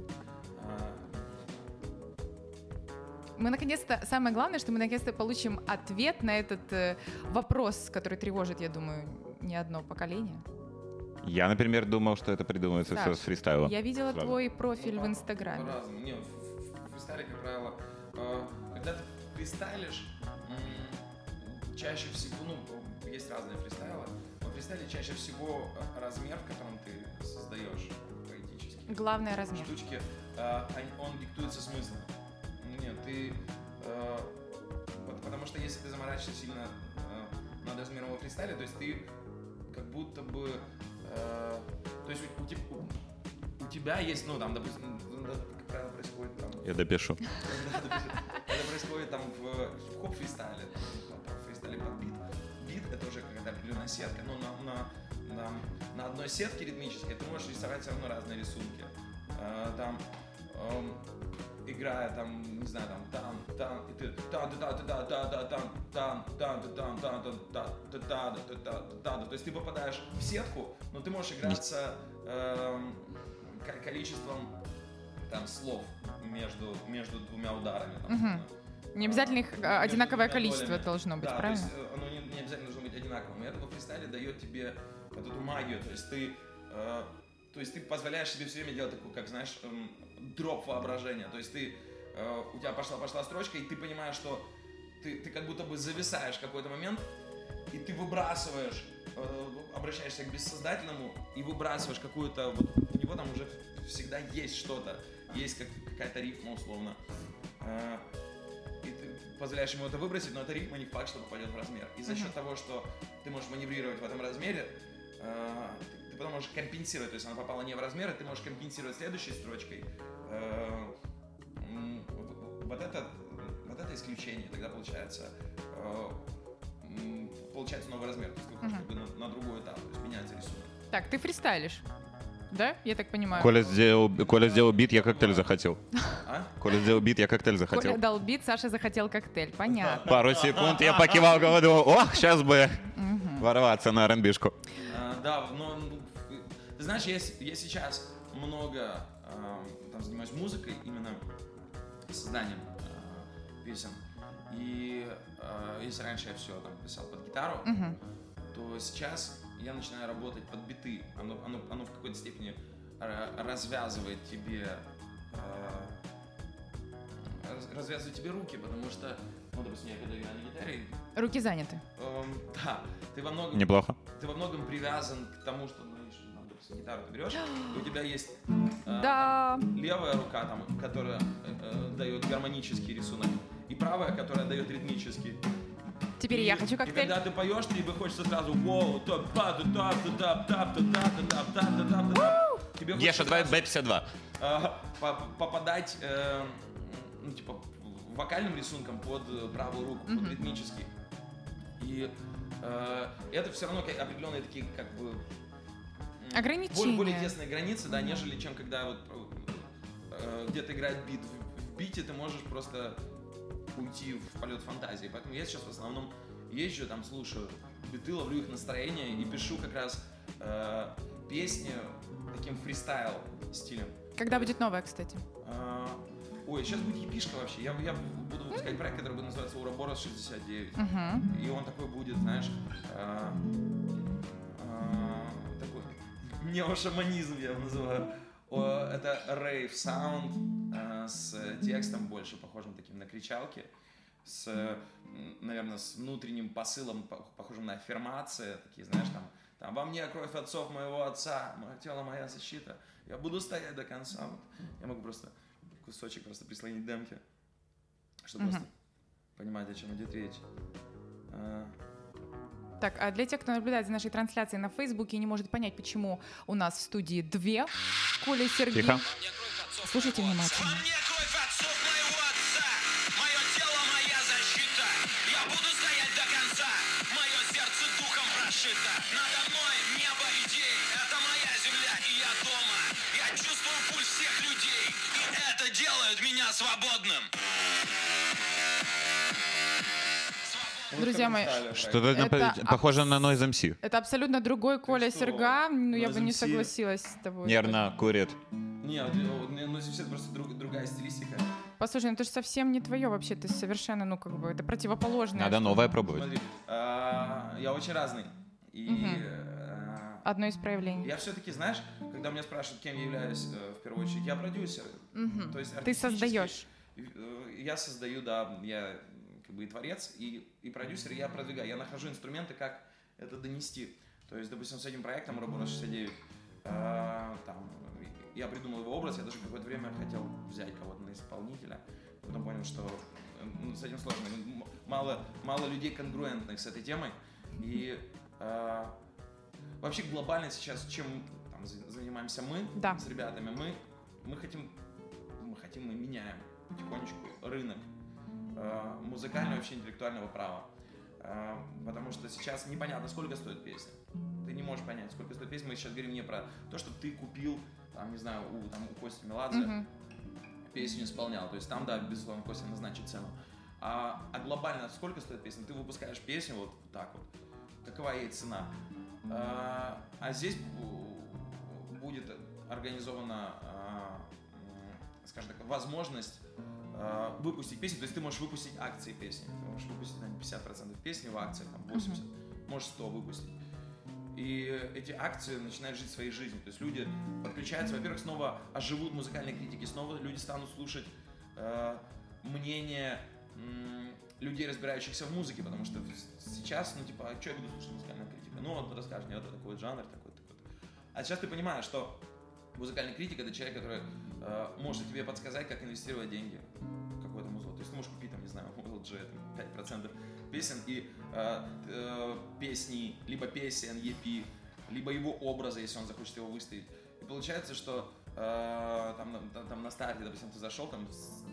Мы наконец-то, самое главное, что мы наконец-то получим ответ на этот вопрос, который тревожит, я думаю, не одно поколение. Я, например, думал, что это придумывается все Саш, с фристайла. Я видела Сразу. твой профиль в Инстаграме. По-разному. Не, в фристайле, как правило, когда ты фристайлишь, чаще всего, есть разные фристайлы, но в фристайле чаще всего размер, в котором ты создаешь поэтически. Главный размер. Штучки, он диктуется смыслом. Нет, ты... Потому что если ты заморачиваешься сильно над размером во фристайле, то есть ты как будто бы... то есть у тебя есть, допустим, как правило, происходит там... Я допишу. Это происходит там в хип-хоп-фристайле, в фристайле под бит. Бит — это уже какая-то определенная сетка, но на одной сетке ритмической ты можешь рисовать все равно разные рисунки. Там, играя там, не знаю, там, и ты то есть ты попадаешь в сетку, но ты можешь играться количеством там слов между двумя ударами. Там, Не обязательно их одинаковое количество должно быть, да, правильно? То есть оно не обязательно должно быть одинаковым. И это во фристайле дает тебе вот эту магию. То есть ты позволяешь себе все время делать такой, как, знаешь, дроп воображения. То есть у тебя пошла строчка, и ты понимаешь, что ты как будто бы зависаешь в какой-то момент, и ты выбрасываешь, обращаешься к бессознательному и выбрасываешь какую-то, вот у него там уже всегда есть что-то, есть какая-то рифма условно. И ты позволяешь ему это выбросить, но эта рифма не факт, что попадет в размер. И за счет того, что ты можешь маневрировать в этом размере, ты потом можешь компенсировать, то есть она попала не в размер, и ты можешь компенсировать следующей строчкой вот это исключение, тогда получается новый размер, то есть ты выходишь как бы на другой этап, то есть меняется рисунок. Так, ты фристайлишь, да? Я так понимаю. Коля сделал бит, я коктейль захотел. Коля сделал бит, я коктейль захотел. Коля дал бит, Саша захотел коктейль, понятно. Пару секунд я покивал головой, думал, ох, сейчас бы ворваться на R&B-шку. Да, но ты знаешь, я сейчас много там занимаюсь музыкой, именно созданием песен. И если раньше я все там писал под гитару, то сейчас я начинаю работать под биты. Оно в какой-то степени развязывает тебе руки, потому что, допустим, я когда играю на гитаре... Руки заняты. Да, ты во многом... Неплохо. Ты во многом привязан к тому, что, допустим, гитару ты берешь, и у тебя есть левая рука, там, которая дает гармонический рисунок, и правая, которая дает ритмический. Теперь я хочу коктейль. И когда ты поешь, тебе хочется сразу Еша, давай B52. Попадать вокальным рисунком под правую руку, под ритмический. И это все равно определенные такие как бы ограничения. Более тесные границы, да, нежели чем когда вот где-то играет бит. В бите ты можешь просто уйти в полет фантазии. Поэтому я сейчас в основном езжу, там слушаю биты, ловлю их настроение и пишу как раз песни таким фристайл стилем. Когда будет новая, кстати? Ой, сейчас будет епишка вообще. Я буду выпускать проект, который будет называться Ouroboros 69. И он такой будет, знаешь, такой неошаманизм, я его называю. Это рейв саунд, с текстом больше похожим таким на кричалки, наверное, с внутренним посылом, похожим на аффирмации, такие, знаешь, там «Во мне кровь отцов моего отца, мое тело, моя защита, я буду стоять до конца». Вот. Я могу просто кусочек просто прислонить к демке, чтобы просто понимать, о чем идет речь. Так, а для тех, кто наблюдает за нашей трансляцией на Фейсбуке и не может понять, почему у нас в студии две Коля и Сергей. Тихо. Слушайте внимательно. Во мне кровь отцов моего отца, мое тело, моя защита. Я буду стоять до конца, мое сердце духом прошито. Надо мной небо идей, это моя земля и я дома. Я чувствую пульс всех людей, и это делает меня свободным. Друзья мои, Что-то Это похоже на Noise MC. это абсолютно другой Коля что? Серга, ну я Noise бы не MC. согласилась с тобой. Нервно курит. Не, ну это просто другая стилистика. Послушай, ну это же совсем не твое вообще, ты совершенно, ну как бы, это противоположное. Надо новое пробовать. Смотри, я очень разный. И Одно из проявлений. я все-таки, знаешь, когда меня спрашивают, кем я являюсь, в первую очередь, я продюсер. То есть Ты создаешь. Я создаю, да, я как бы и творец, и продюсер, я продвигаю. Я нахожу инструменты, как это донести. То есть, допустим, с этим проектом Роборос 69, там, я придумал его образ, я даже какое-то время хотел взять кого-то на исполнителя, потом понял, что с этим сложно. Мало людей конгруентных с этой темой. И вообще глобально сейчас, чем там, занимаемся мы с ребятами, мы хотим, мы меняем потихонечку рынок музыкального, вообще интеллектуального права. Потому что сейчас непонятно, сколько стоит песня. Ты не можешь понять, сколько стоит песня. Мы сейчас говорим не про то, что ты купил, там, не знаю, у Кости Меладзе песню исполнял. То есть там, да, безусловно, Костя назначит цену. А глобально сколько стоит песня? Ты выпускаешь песню вот так вот. Какова ей цена? А здесь будет организована, скажем так, возможность выпустить песню, то есть ты можешь выпустить акции песни, ты можешь выпустить 50% песни в акциях, там 80%, можешь 100 выпустить. И эти акции начинают жить своей жизнью, то есть люди подключаются, во-первых, снова оживут музыкальные критики, снова люди станут слушать мнение людей, разбирающихся в музыке, потому что сейчас, ну типа, а что я буду слушать музыкальную критику? Ну вот расскажешь мне, вот такой жанр, такой-то. А сейчас ты понимаешь, что музыкальный критик — это человек, который может тебе подсказать, как инвестировать деньги в какое-то музло. То есть ты можешь купить, там, не знаю, у LG 5% песен и песни, либо песен EP, либо его образа, если он захочет его выставить. И получается, что там на старте, допустим, ты зашел там с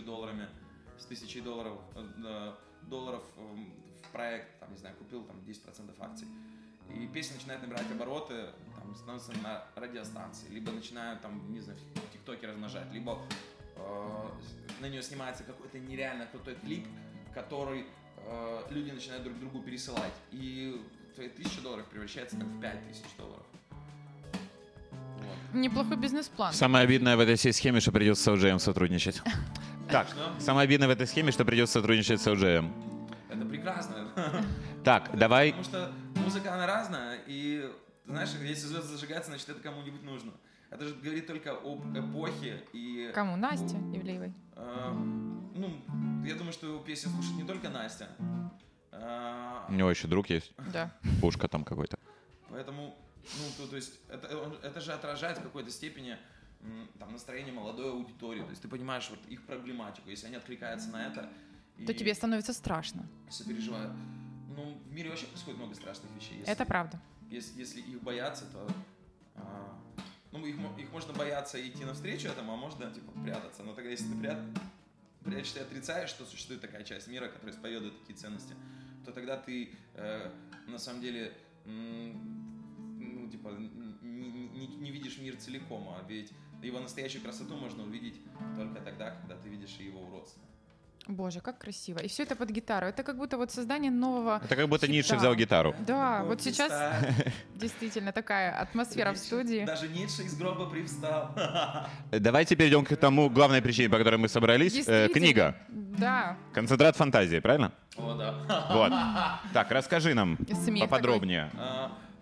$1000 долларов в проект, там, не знаю, купил там 10% акций. И песня начинает набирать обороты, там, становится на радиостанции, либо начинают, там, не знаю, в ТикТоке размножать, либо на нее снимается какой-то нереально крутой клип, который люди начинают друг другу пересылать. И твои $1000 превращается там, в $5000. Вот. Неплохой бизнес-план. Самое обидное в этой всей схеме, что придется с OJM сотрудничать. Так, самое обидное в этой схеме, что придется сотрудничать с OJM. Это прекрасно. Так, давай. Потому что музыка, она разная, и, знаешь, если звезды зажигаются, значит, это кому-нибудь нужно. Это же говорит только об эпохе и... Кому? Насте Ивлеевой? Ну, я думаю, что песню слушает не только Настя. У него еще друг есть. Да. Пушка там какой-то. Поэтому, ну, то есть, это же отражает в какой-то степени там, настроение молодой аудитории. То есть ты понимаешь вот их проблематику. Если они откликаются на это... То тебе становится страшно. Сопереживают. Ну, в мире вообще происходит много страшных вещей. Это правда. Если их бояться, то... Ну, их можно бояться и идти навстречу этому, а можно, типа, прятаться. Но тогда, если ты прячешься и отрицаешь, что существует такая часть мира, которая исповедует такие ценности, то тогда ты, на самом деле, ну, типа, не видишь мир целиком, а ведь его настоящую красоту можно увидеть только тогда, когда ты видишь его уродство. Боже, как красиво. И все это под гитару. Это как будто вот создание нового Это как будто хита. Ницше взял гитару. Да, вот сейчас действительно такая атмосфера в студии. Даже Ницше из гроба привстал. Давайте перейдем к тому главной причине, по которой мы собрались. Действительно. Книга. Да. Концентрат фантазии, правильно? О, да. Вот. Так, расскажи нам Смех поподробнее.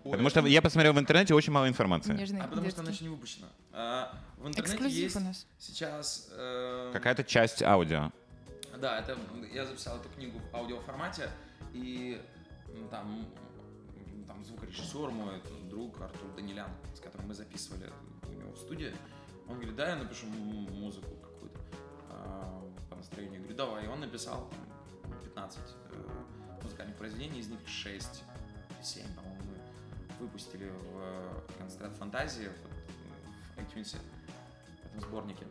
Потому что я посмотрел в интернете, очень мало информации. Нежный потому что она детский. еще не выпущена. В интернете Эксклюзив есть у нас. сейчас... Какая-то часть аудио. Да, это я записал эту книгу в аудиоформате, и там звукорежиссер мой, друг Артур Данилян, с которым мы записывали у него в студии, он говорит, да, я напишу музыку какую-то по настроению. Я говорю, давай. И он написал 15 музыкальных произведений, из них 6, 7, по-моему, мы выпустили в «Концентрат фантазии» в iTunes, в этом сборнике.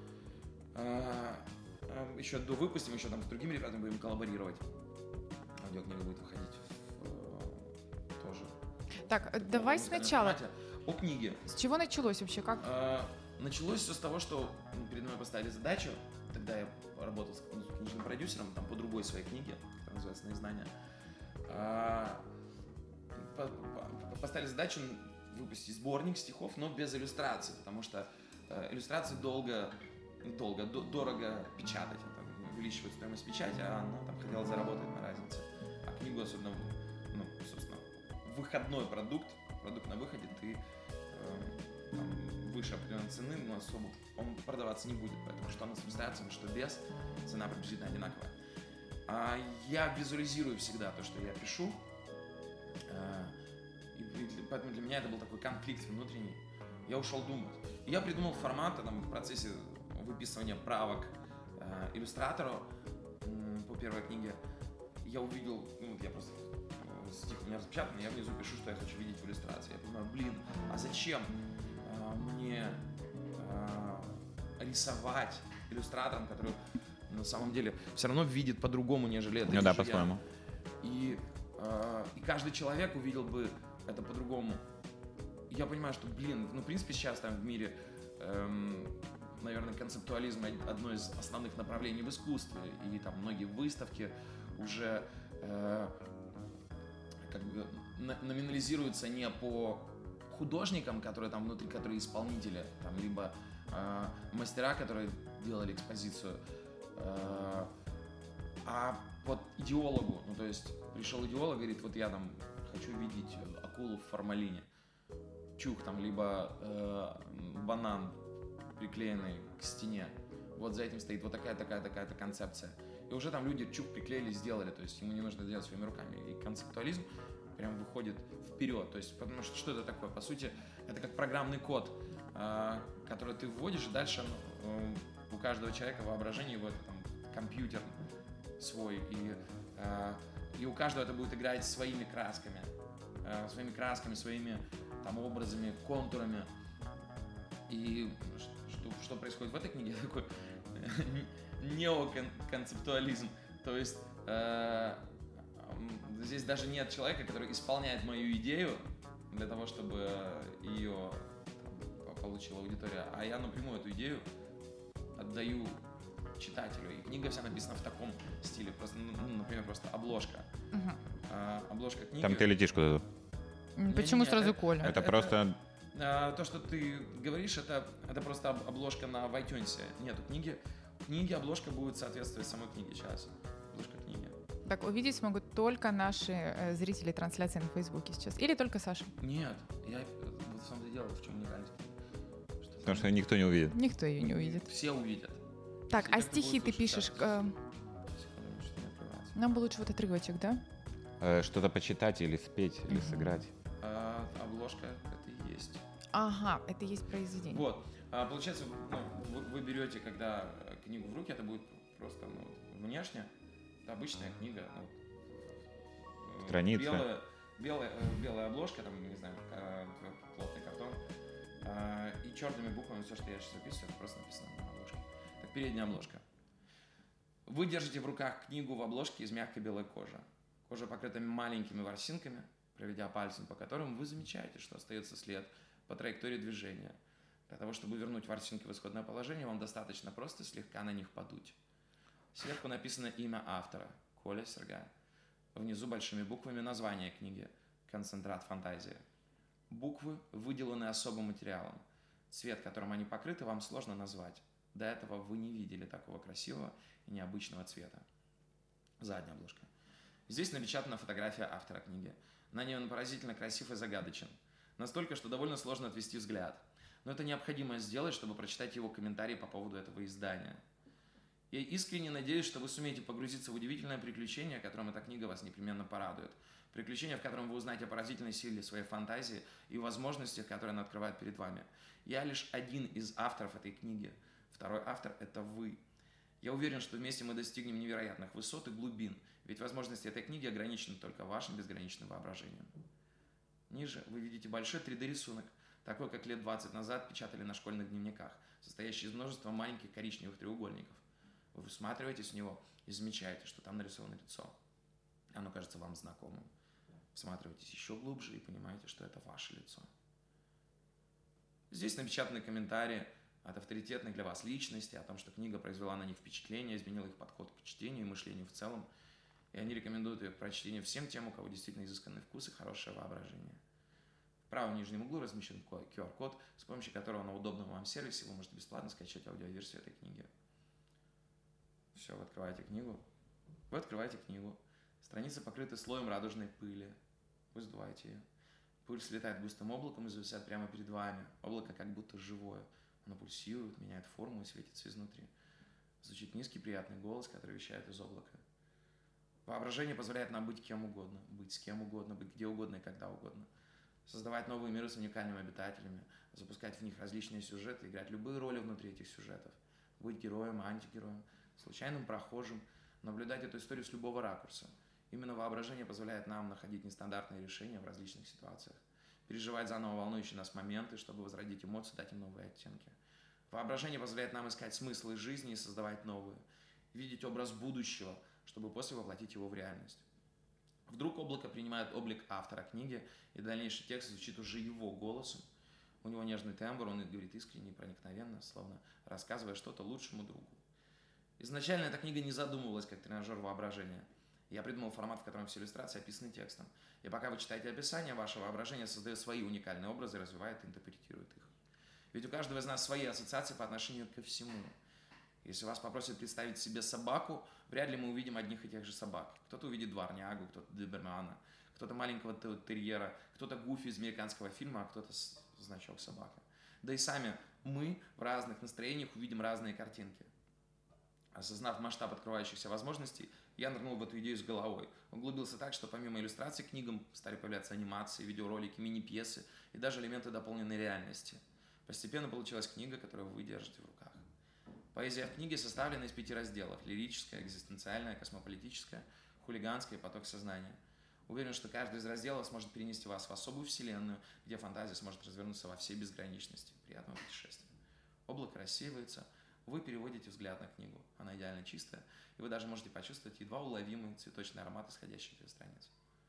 Еще выпустим, еще там с другими ребятами будем коллаборировать. Аудиокнига будет выходить тоже. Так, давай сначала. О книге. С чего началось вообще? Как? Началось все с того, что передо мной поставили задачу. Тогда я работал с книжным продюсером там, по другой своей книге, которая называется «Наизнание». Поставили задачу выпустить сборник стихов, но без иллюстраций, потому что иллюстрации дорого печатать. Это увеличивает стоимость печати, а она там хотела заработать на разнице. А книгу особенно, собственно, выходной продукт на выходе, ты там, выше определенной цены, но особо он продаваться не будет, поэтому что она с иллюстрациями, что без, цена приблизительно одинаковая. Я визуализирую всегда то, что я пишу, и поэтому для меня это был такой конфликт внутренний. Я ушел думать. И я придумал формат там, в процессе выписывания правок иллюстратору по первой книге. Я увидел, я просто стих у меня распечатан, я внизу пишу, что я хочу видеть в иллюстрации. Я понимаю, а зачем мне рисовать иллюстратором, который на самом деле все равно видит по-другому, нежели это. Ну да, по-своему. И каждый человек увидел бы это по-другому. Я понимаю, что, в принципе, сейчас там в мире, наверное, концептуализм одно из основных направлений в искусстве, и там многие выставки уже как бы номинализируются не по художникам, которые там внутри, которые исполнители, там, либо мастера, которые делали экспозицию, а под идеологу. То есть пришел идеолог, говорит, вот я там хочу видеть акулу в формалине. Чух там, либо банан, приклеенный к стене. Вот за этим стоит вот такая-то концепция. И уже там люди чух приклеили, сделали, то есть ему не нужно делать своими руками. И концептуализм прям выходит вперед. То есть, потому что это такое? По сути, это как программный код, который ты вводишь, и дальше у каждого человека воображение его, это там компьютер свой, и у каждого это будет играть своими красками, своими там образами, контурами. И что происходит в этой книге? Такой неоконцептуализм. То есть здесь даже нет человека, который исполняет мою идею для того, чтобы ее получила аудитория, а я напрямую эту идею отдаю читателю. И книга вся написана в таком стиле. Просто, например, просто обложка. Обложка книги. Там ты летишь куда-то. Почему сразу Коля? Это просто... То, что ты говоришь, это просто обложка в iTunes. Нет, у книги обложка будет соответствовать самой книге сейчас. Обложка книги. Так, увидеть смогут только наши зрители трансляции на Фейсбуке сейчас. Или только Саша? Нет, я в самом деле в чем уникальность. Потому что никто не увидит. Никто ее не увидит. Все увидят. Так, а стихи ты пишешь... Нам бы лучше вот отрывочек, да? Что-то почитать или спеть, или сыграть. Обложка это и есть. Ага, это и есть произведение. Вот. Получается, вы берете, когда книгу в руки, это будет просто внешне. Это обычная книга. Страница. Белая обложка, там, не знаю, плотный картон. И черными буквами все, что я сейчас записываю, это просто написано на обложке. Так, передняя обложка. Вы держите в руках книгу в обложке из мягкой белой кожи. Кожа покрыта маленькими ворсинками, проведя пальцем по которым вы замечаете, что остается след по траектории движения. Для того, чтобы вернуть ворсинки в исходное положение, вам достаточно просто слегка на них подуть. Сверху написано имя автора – Коля Сергай. Внизу большими буквами название книги – «Концентрат фантазии». Буквы выделаны особым материалом. Цвет, которым они покрыты, вам сложно назвать. До этого вы не видели такого красивого и необычного цвета. Задняя обложка. Здесь напечатана фотография автора книги. На ней он поразительно красив и загадочен. Настолько, что довольно сложно отвести взгляд. Но это необходимо сделать, чтобы прочитать его комментарии по поводу этого издания. Я искренне надеюсь, что вы сумеете погрузиться в удивительное приключение, которым эта книга вас непременно порадует. Приключение, в котором вы узнаете о поразительной силе своей фантазии и возможностях, которые она открывает перед вами. Я лишь один из авторов этой книги. Второй автор – это вы. Я уверен, что вместе мы достигнем невероятных высот и глубин, ведь возможности этой книги ограничены только вашим безграничным воображением. Ниже вы видите большой 3D-рисунок, такой, как лет 20 назад печатали на школьных дневниках, состоящий из множества маленьких коричневых треугольников. Вы всматриваетесь в него и замечаете, что там нарисовано лицо. Оно кажется вам знакомым. Всматриваетесь еще глубже и понимаете, что это ваше лицо. Здесь напечатаны комментарии от авторитетных для вас личностей о том, что книга произвела на них впечатление, изменила их подход к чтению и мышлению в целом. И они рекомендуют ее к прочтению всем тем, у кого действительно изысканный вкус и хорошее воображение. В правом нижнем углу размещен QR-код, с помощью которого на удобном вам сервисе вы можете бесплатно скачать аудиоверсию этой книги. Все, вы открываете книгу. Страницы покрыты слоем радужной пыли. Вы сдуваете ее. Пыль слетает густым облаком и зависает прямо перед вами. Облако как будто живое. Оно пульсирует, меняет форму и светится изнутри. Звучит низкий приятный голос, который вещает из облака. Воображение позволяет нам быть кем угодно, быть с кем угодно, быть где угодно и когда угодно. Создавать новые миры с уникальными обитателями, запускать в них различные сюжеты, играть любые роли внутри этих сюжетов. Быть героем, антигероем, случайным прохожим, наблюдать эту историю с любого ракурса. Именно воображение позволяет нам находить нестандартные решения в различных ситуациях, переживать заново волнующие нас моменты, чтобы возродить эмоции, дать им новые оттенки. Воображение позволяет нам искать смыслы жизни и создавать новые, видеть образ будущего, чтобы после воплотить его в реальность. Вдруг облако принимает облик автора книги, и дальнейший текст звучит уже его голосом. У него нежный тембр, он говорит искренне и проникновенно, словно рассказывая что-то лучшему другу. Изначально эта книга не задумывалась как тренажер воображения. Я придумал формат, в котором все иллюстрации описаны текстом. И пока вы читаете описание, ваше воображение создает свои уникальные образы, развивает и интерпретирует их. Ведь у каждого из нас свои ассоциации по отношению ко всему. Если вас попросят представить себе собаку, вряд ли мы увидим одних и тех же собак. Кто-то увидит дворнягу, кто-то добермана, кто-то маленького терьера, кто-то Гуфи из американского фильма, а кто-то значок собака. Да и сами мы в разных настроениях увидим разные картинки. Осознав масштаб открывающихся возможностей, я нырнул в эту идею с головой. Углубился так, что помимо иллюстраций к книгам стали появляться анимации, видеоролики, мини-пьесы и даже элементы дополненной реальности. Постепенно получилась книга, которую вы держите в руках. Поэзия в книге составлена из 5 разделов – лирическая, экзистенциальная, космополитическая, хулиганская и поток сознания. Уверен, что каждый из разделов сможет перенести вас в особую вселенную, где фантазия сможет развернуться во всей безграничности. Приятного путешествия. Облако рассеивается, вы переводите взгляд на книгу. Она идеально чистая, и вы даже можете почувствовать едва уловимый цветочный аромат, исходящий из страниц.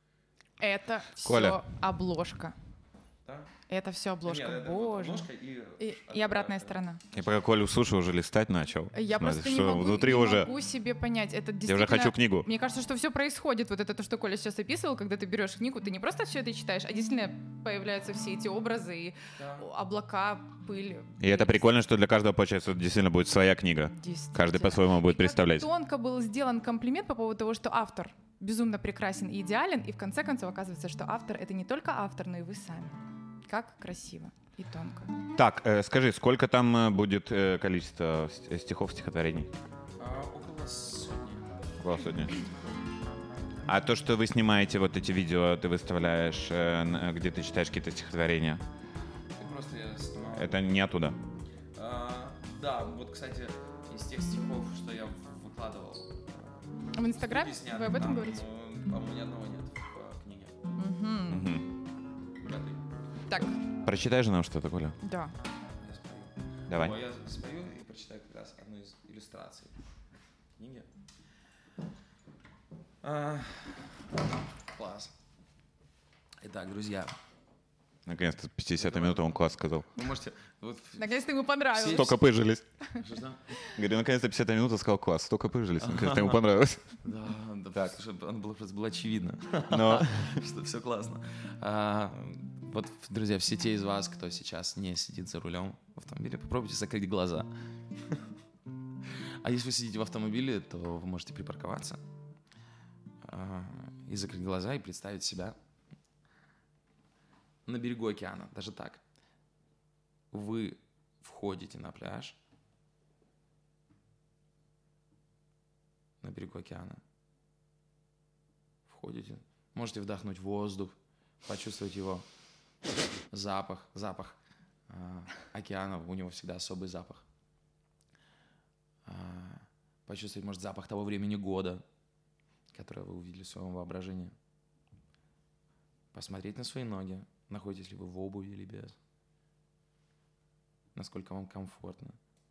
Это Коля. все обложка. Да? Это все обложка. Нет, это Боже. обложка И обратная сторона. И пока Колю слушаю, уже листать начал. Я Смотри, просто не что могу, внутри не уже... могу себе понять. Это Я действительно... уже хочу книгу. Мне кажется, что все происходит. Вот это то, что Коля сейчас описывал, когда ты берешь книгу, ты не просто все это читаешь, а действительно появляются все эти образы и Да. облака, пыль. И это прикольно, что для каждого, получается, действительно будет своя книга. Действительно. Каждый по-своему будет И представлять. как тонко был сделан комплимент по поводу того, что автор безумно прекрасен и идеален, и в конце концов оказывается, что автор — это не только автор, но и вы сами. Как красиво и тонко. Так, скажи, сколько там будет количество стихов, стихотворений? Около сотни. Около сотни. А то, что вы снимаете вот эти видео, ты выставляешь, где ты читаешь какие-то стихотворения, И просто я снимал. это не оттуда? Да, вот, кстати, из тех стихов, что я выкладывал. В Инстаграме? снято, Вы об этом там, говорите? По-моему, ни одного нет в книге. Мгм. Мгм. Вряд ли. Так, Прочитай же нам что-то, Коля. да. Я спою. Давай. Ой, я спою и прочитаю как раз одну из иллюстраций книги. Класс. Итак, друзья, Наконец-то 50 минут он класс сказал. вы можете... Вот, Наконец-то ему понравилось. Столько пыжились. что? Говорю, наконец-то 50 минут он сказал класс. Столько пыжились. Наконец-то ему понравилось. Да, так, чтобы оно было просто было очевидно, Но что все классно. Вот, друзья, все те из вас, кто сейчас не сидит за рулем в автомобиле, попробуйте закрыть глаза. А если вы сидите в автомобиле, то вы можете припарковаться и закрыть глаза и представить себя на берегу океана, даже так. Вы входите на пляж на берегу океана. Входите, можете вдохнуть воздух, почувствовать его запах океана, у него всегда особый запах. Почувствовать, может, запах того времени года, которое вы увидели в своем воображении. Посмотреть на свои ноги, находитесь ли вы в обуви или без. Насколько вам комфортно.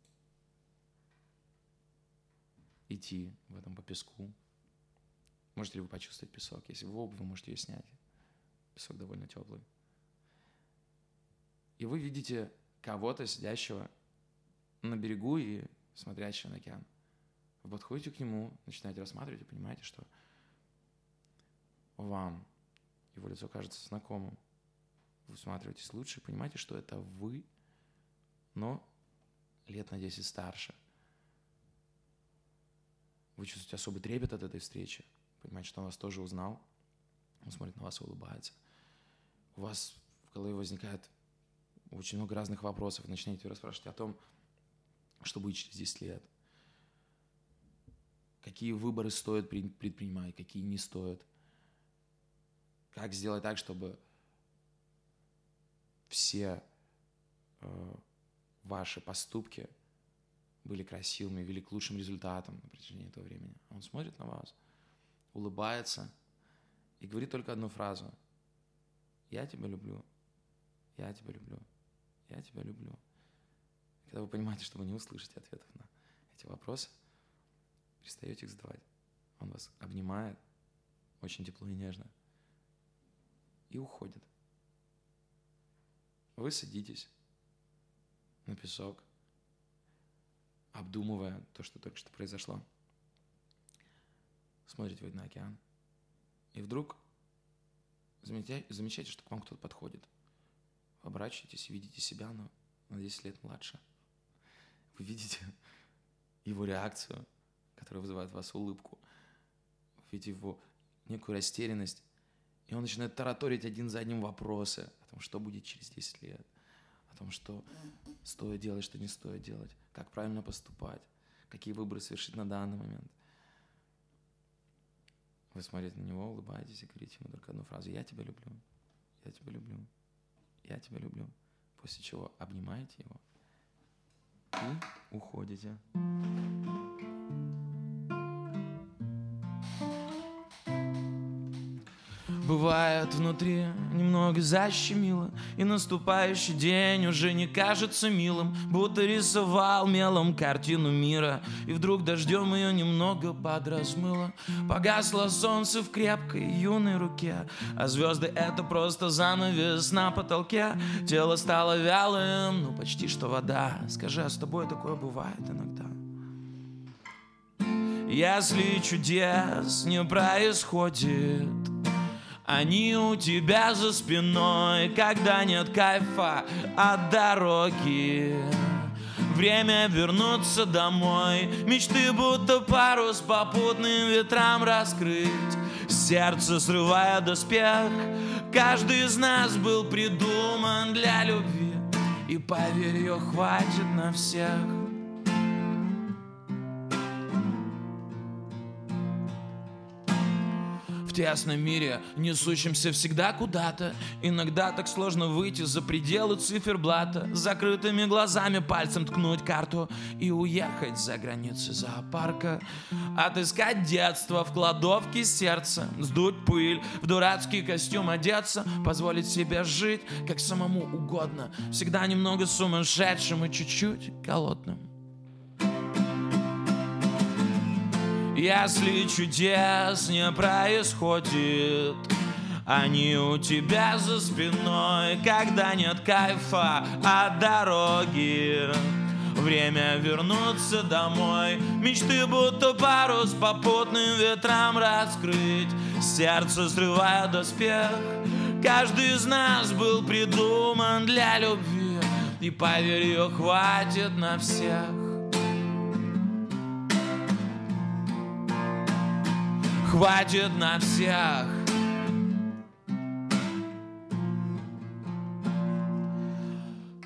Идти в этом по песку. Можете ли вы почувствовать песок? Если вы в обуви, вы можете ее снять. Песок довольно теплый. И вы видите кого-то, сидящего на берегу и смотрящего на океан. Вы подходите к нему, начинаете рассматривать и понимаете, что вам его лицо кажется знакомым. Вы всматриваетесь лучше и понимаете, что это вы, но лет на 10 старше. Вы чувствуете особый трепет от этой встречи. Понимаете, что он вас тоже узнал. Он смотрит на вас и улыбается. У вас в голове возникает очень много разных вопросов. Вы начинаете расспрашивать о том, что будет через 10 лет. Какие выборы стоит предпринимать, какие не стоит. Как сделать так, чтобы все ваши поступки были красивыми, вели к лучшим результатам на протяжении этого времени. Он смотрит на вас, улыбается и говорит только одну фразу. Я тебя люблю, я тебя люблю, я тебя люблю. И когда вы понимаете, что вы не услышите ответов на эти вопросы, перестаете их задавать. Он вас обнимает очень тепло и нежно и уходит. Вы садитесь на песок, обдумывая то, что только что произошло. Смотрите вы на океан. И вдруг замечаете, что к вам кто-то подходит. Вы оборачиваетесь и видите себя, но на 10 лет младше. Вы видите его реакцию, которая вызывает в вас улыбку. Вы видите его некую растерянность. И он начинает тараторить один за одним вопросы о том, что будет через 10 лет. О том, что стоит делать, что не стоит делать. Как правильно поступать. Какие выборы совершить на данный момент. Вы смотрите на него, улыбаетесь и говорите ему только одну фразу. Я тебя люблю. Я тебя люблю. Я тебя люблю. После чего обнимаете его и уходите. Бывает внутри немного защемило, и наступающий день уже не кажется милым, будто рисовал мелом картину мира, и вдруг дождем ее немного подразмыло. Погасло солнце в крепкой юной руке, а звезды — это просто занавес на потолке. Тело стало вялым, ну почти что вода. Скажи, а с тобой такое бывает иногда? Если чудес не происходит, они у тебя за спиной, когда нет кайфа от дороги. Время вернуться домой, мечты будто парус попутным ветрам раскрыть. Сердце срывая доспех, каждый из нас был придуман для любви. И поверь, ее хватит на всех. В тесном мире, несущемся всегда куда-то, иногда так сложно выйти за пределы циферблата, с закрытыми глазами пальцем ткнуть карту и уехать за границы зоопарка. Отыскать детство в кладовке сердца, сдуть пыль, в дурацкий костюм одеться, позволить себе жить, как самому угодно, всегда немного сумасшедшим и чуть-чуть голодным. Если чудес не происходит, они у тебя за спиной, когда нет кайфа от дороги. Время вернуться домой, мечты будто парус попутным ветрам раскрыть. Сердце срывая доспех, каждый из нас был придуман для любви. И поверь, ее хватит на всех. Хватит на всех.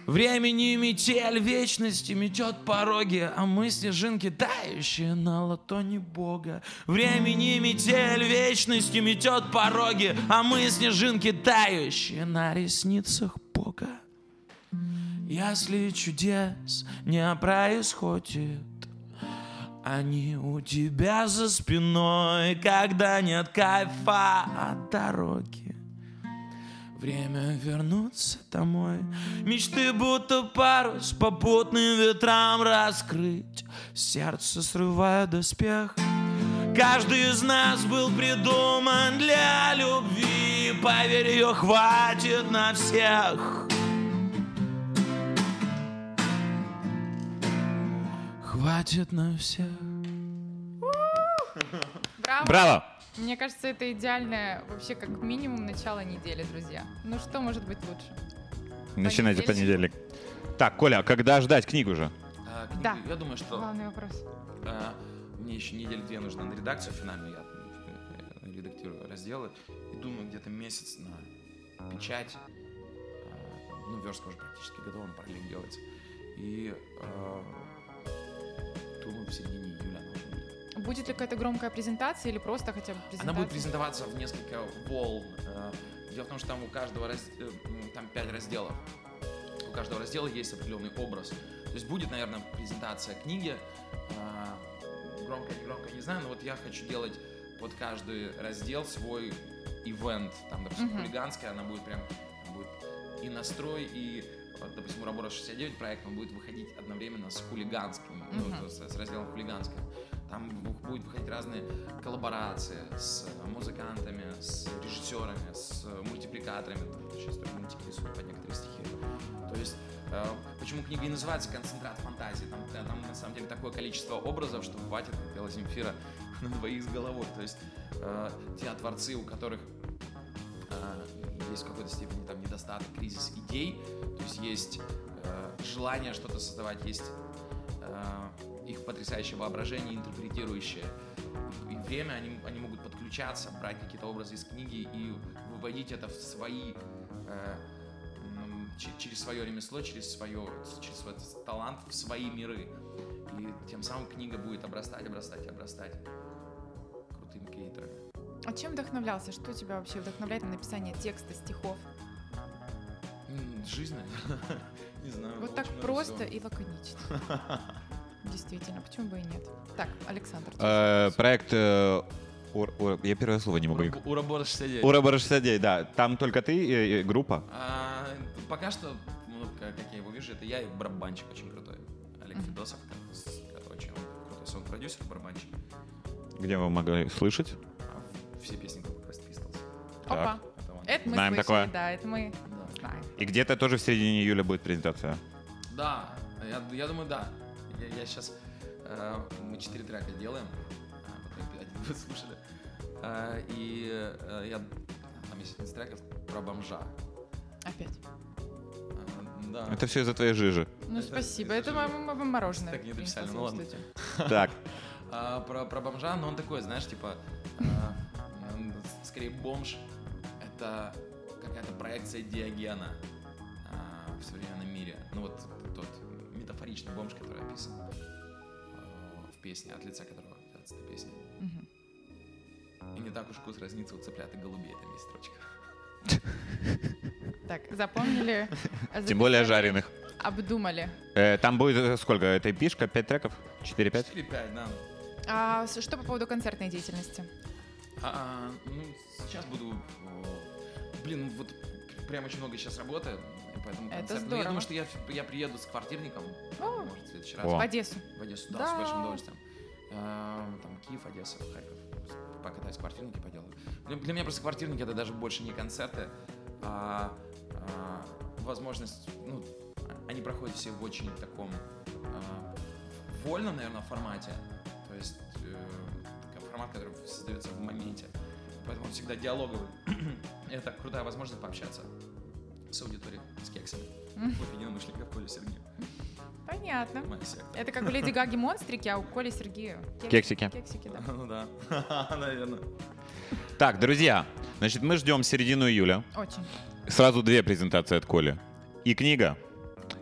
Времени метель вечности метет пороги, а мы снежинки, тающие на латоне Бога. Времени метель вечности метет пороги, а мы снежинки, тающие на ресницах Бога. Если чудес не происходит, они у тебя за спиной, когда нет кайфа от дороги. Время вернуться домой. Мечты будто парус попутным ветрам раскрыть. Сердце срывает доспех. Каждый из нас был придуман для любви. Поверь, ее хватит на всех. Хватит на всех. Браво! Браво! Мне кажется, это идеальное, вообще, как минимум, начало недели, друзья. Ну что может быть лучше? Начинайте понедельник. Так, Коля, когда ждать книгу же? Книгу, Да. я думаю, что Главный вопрос. мне еще недели 2 нужно на редакцию финальную. Я редактирую разделы. И думаю, где-то месяц на печать. Ну, верстка уже практически готова, параллельно делается. И думаю, в середине июля она уже будет. Будет ли какая-то громкая презентация или просто хотя бы презентация? Она будет презентоваться в несколько волн. Дело в том, что там у каждого там 5 разделов. У каждого раздела есть определенный образ. То есть будет, наверное, презентация книги. Громко, не громко, не знаю, но вот я хочу делать под каждый раздел свой ивент. Там, допустим, хулиганская, она будет прям будет и настрой, и, вот, допустим, Ураборос 69 проект, он будет выходить одновременно с хулиганским, ну, с разделом хулиганская. Там будут выходить разные коллаборации с музыкантами, с режиссерами, с мультипликаторами. Сейчас только мультики рисуют под некоторые стихи. То есть, почему книга и называется «Концентрат фантазии». Там на самом деле такое количество образов, что хватит, как пела Земфира, на двоих с головой. То есть, те творцы, у которых есть в какой-то степени там недостаток, кризис идей, то есть есть желание что-то создавать, есть их потрясающее воображение, интерпретирующее. И время они могут подключаться, брать какие-то образы из книги и выводить это в свои, через свое ремесло, через свой талант в свои миры. И тем самым книга будет обрастать крутыми креаторами. А чем вдохновлялся? Что тебя вообще вдохновляет на написание текста, стихов? Жизнь, наверное. Не знаю. Вот так просто и лаконично. Действительно, почему бы и нет? Так, Александр. Проект... Я первое слово не могу. Ураборос 69. Ураборос 69, да. Там только ты и группа? Пока что, как я его вижу, это я и барабанщик очень крутой. Олег Федосов, очень крутой сон-продюсер, барабанщик. Где вы могли слышать? Все песни группы Quest Pistols. Опа. Это мы знаем слышали, такое. да, это мы знаем. И где-то тоже в середине июля будет презентация? Да, я думаю, да. Я сейчас... Мы 4 трека делаем. Вот один вы слушали. И там есть один из треков про бомжа. Опять. Да. Это все из-за твоей жижи. Ну, спасибо. Это мороженое. Так не написали, ну ладно. Так. Про бомжа, но он такой, знаешь, типа... Скорее, бомж — это какая-то проекция Диогена в современном мире. Ну вот тот метафоричный бомж, который описан в песне, от лица которого делается эта песня. И не так уж вкус разнится у цыплят и голубей, там есть строчка. Так, запомнили? Тем более жареных. Обдумали. Там будет сколько? Это эпишка? 5 треков? 4-5? 4-5, да. А что по поводу концертной деятельности? Ну, сейчас буду... Блин, вот прям очень много сейчас работы, поэтому Это концерт. здорово. Ну, я думаю, что я приеду с квартирником, может, в следующий раз. О. В Одессу. В Одессу, да, Да. с большим удовольствием. Там Киев, Одесса, Харьков. Покатаюсь в квартирнике, поделаю. Для меня просто квартирники — это даже больше не концерты, а возможность... Ну, они проходят все в очень таком вольном, наверное, формате. То есть формат, который создается в моменте. Поэтому он всегда диалоговый. Это крутая возможность пообщаться с аудиторией, с кексами. Вот единомышленников Коля Сергеев. Понятно. Моя секта. Это как у Леди Гаги монстрики, а у Коли Сергея Кексики. Кексики, да. Ну да, наверное. Так, друзья, значит, мы ждем середину июля. Очень. Сразу 2 презентации от Коли. И книга,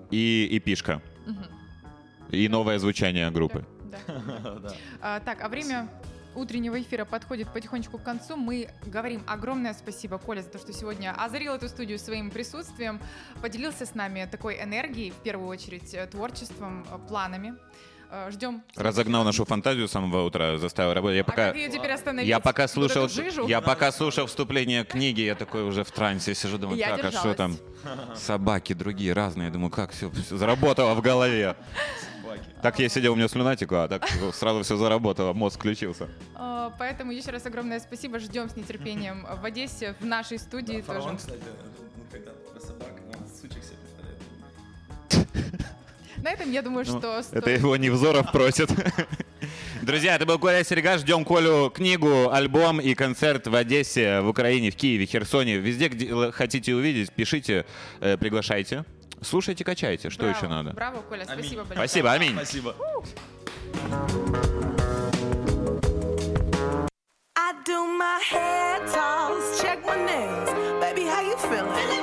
и эпишка. И новое звучание группы. Так, а время утреннего эфира подходит потихонечку к концу. Мы говорим огромное спасибо, Коля, за то, что сегодня озарил эту студию своим присутствием, поделился с нами такой энергией, в первую очередь творчеством, планами. Ждем. Разогнал нашу фантазию с самого утра, заставил работать. Как ее теперь остановить? Я пока слушал жижу? вступление книги, я такой уже в трансе сижу, думаю, Я так, а что держалась. там? Собаки другие, разные. Думаю, как все заработало в голове. Так я сидел, у меня слюна текла, а так сразу все заработало, мозг включился. Поэтому еще раз огромное спасибо. Ждем с нетерпением в Одессе, в нашей студии тоже. Фараон, кстати, когда про собак, он сучек себе представляет. На этом, я думаю, что... Это его Невзоров просит. Друзья, это был Коля Серега. Ждем Колю книгу, альбом и концерт в Одессе, в Украине, в Киеве, Херсоне. Везде, где хотите увидеть, пишите, приглашайте. Слушайте, качайте. Что еще надо? Браво, Коля, спасибо большое. Спасибо, аминь. Спасибо. I do my hair toss, check my nails. Baby, how you feeling?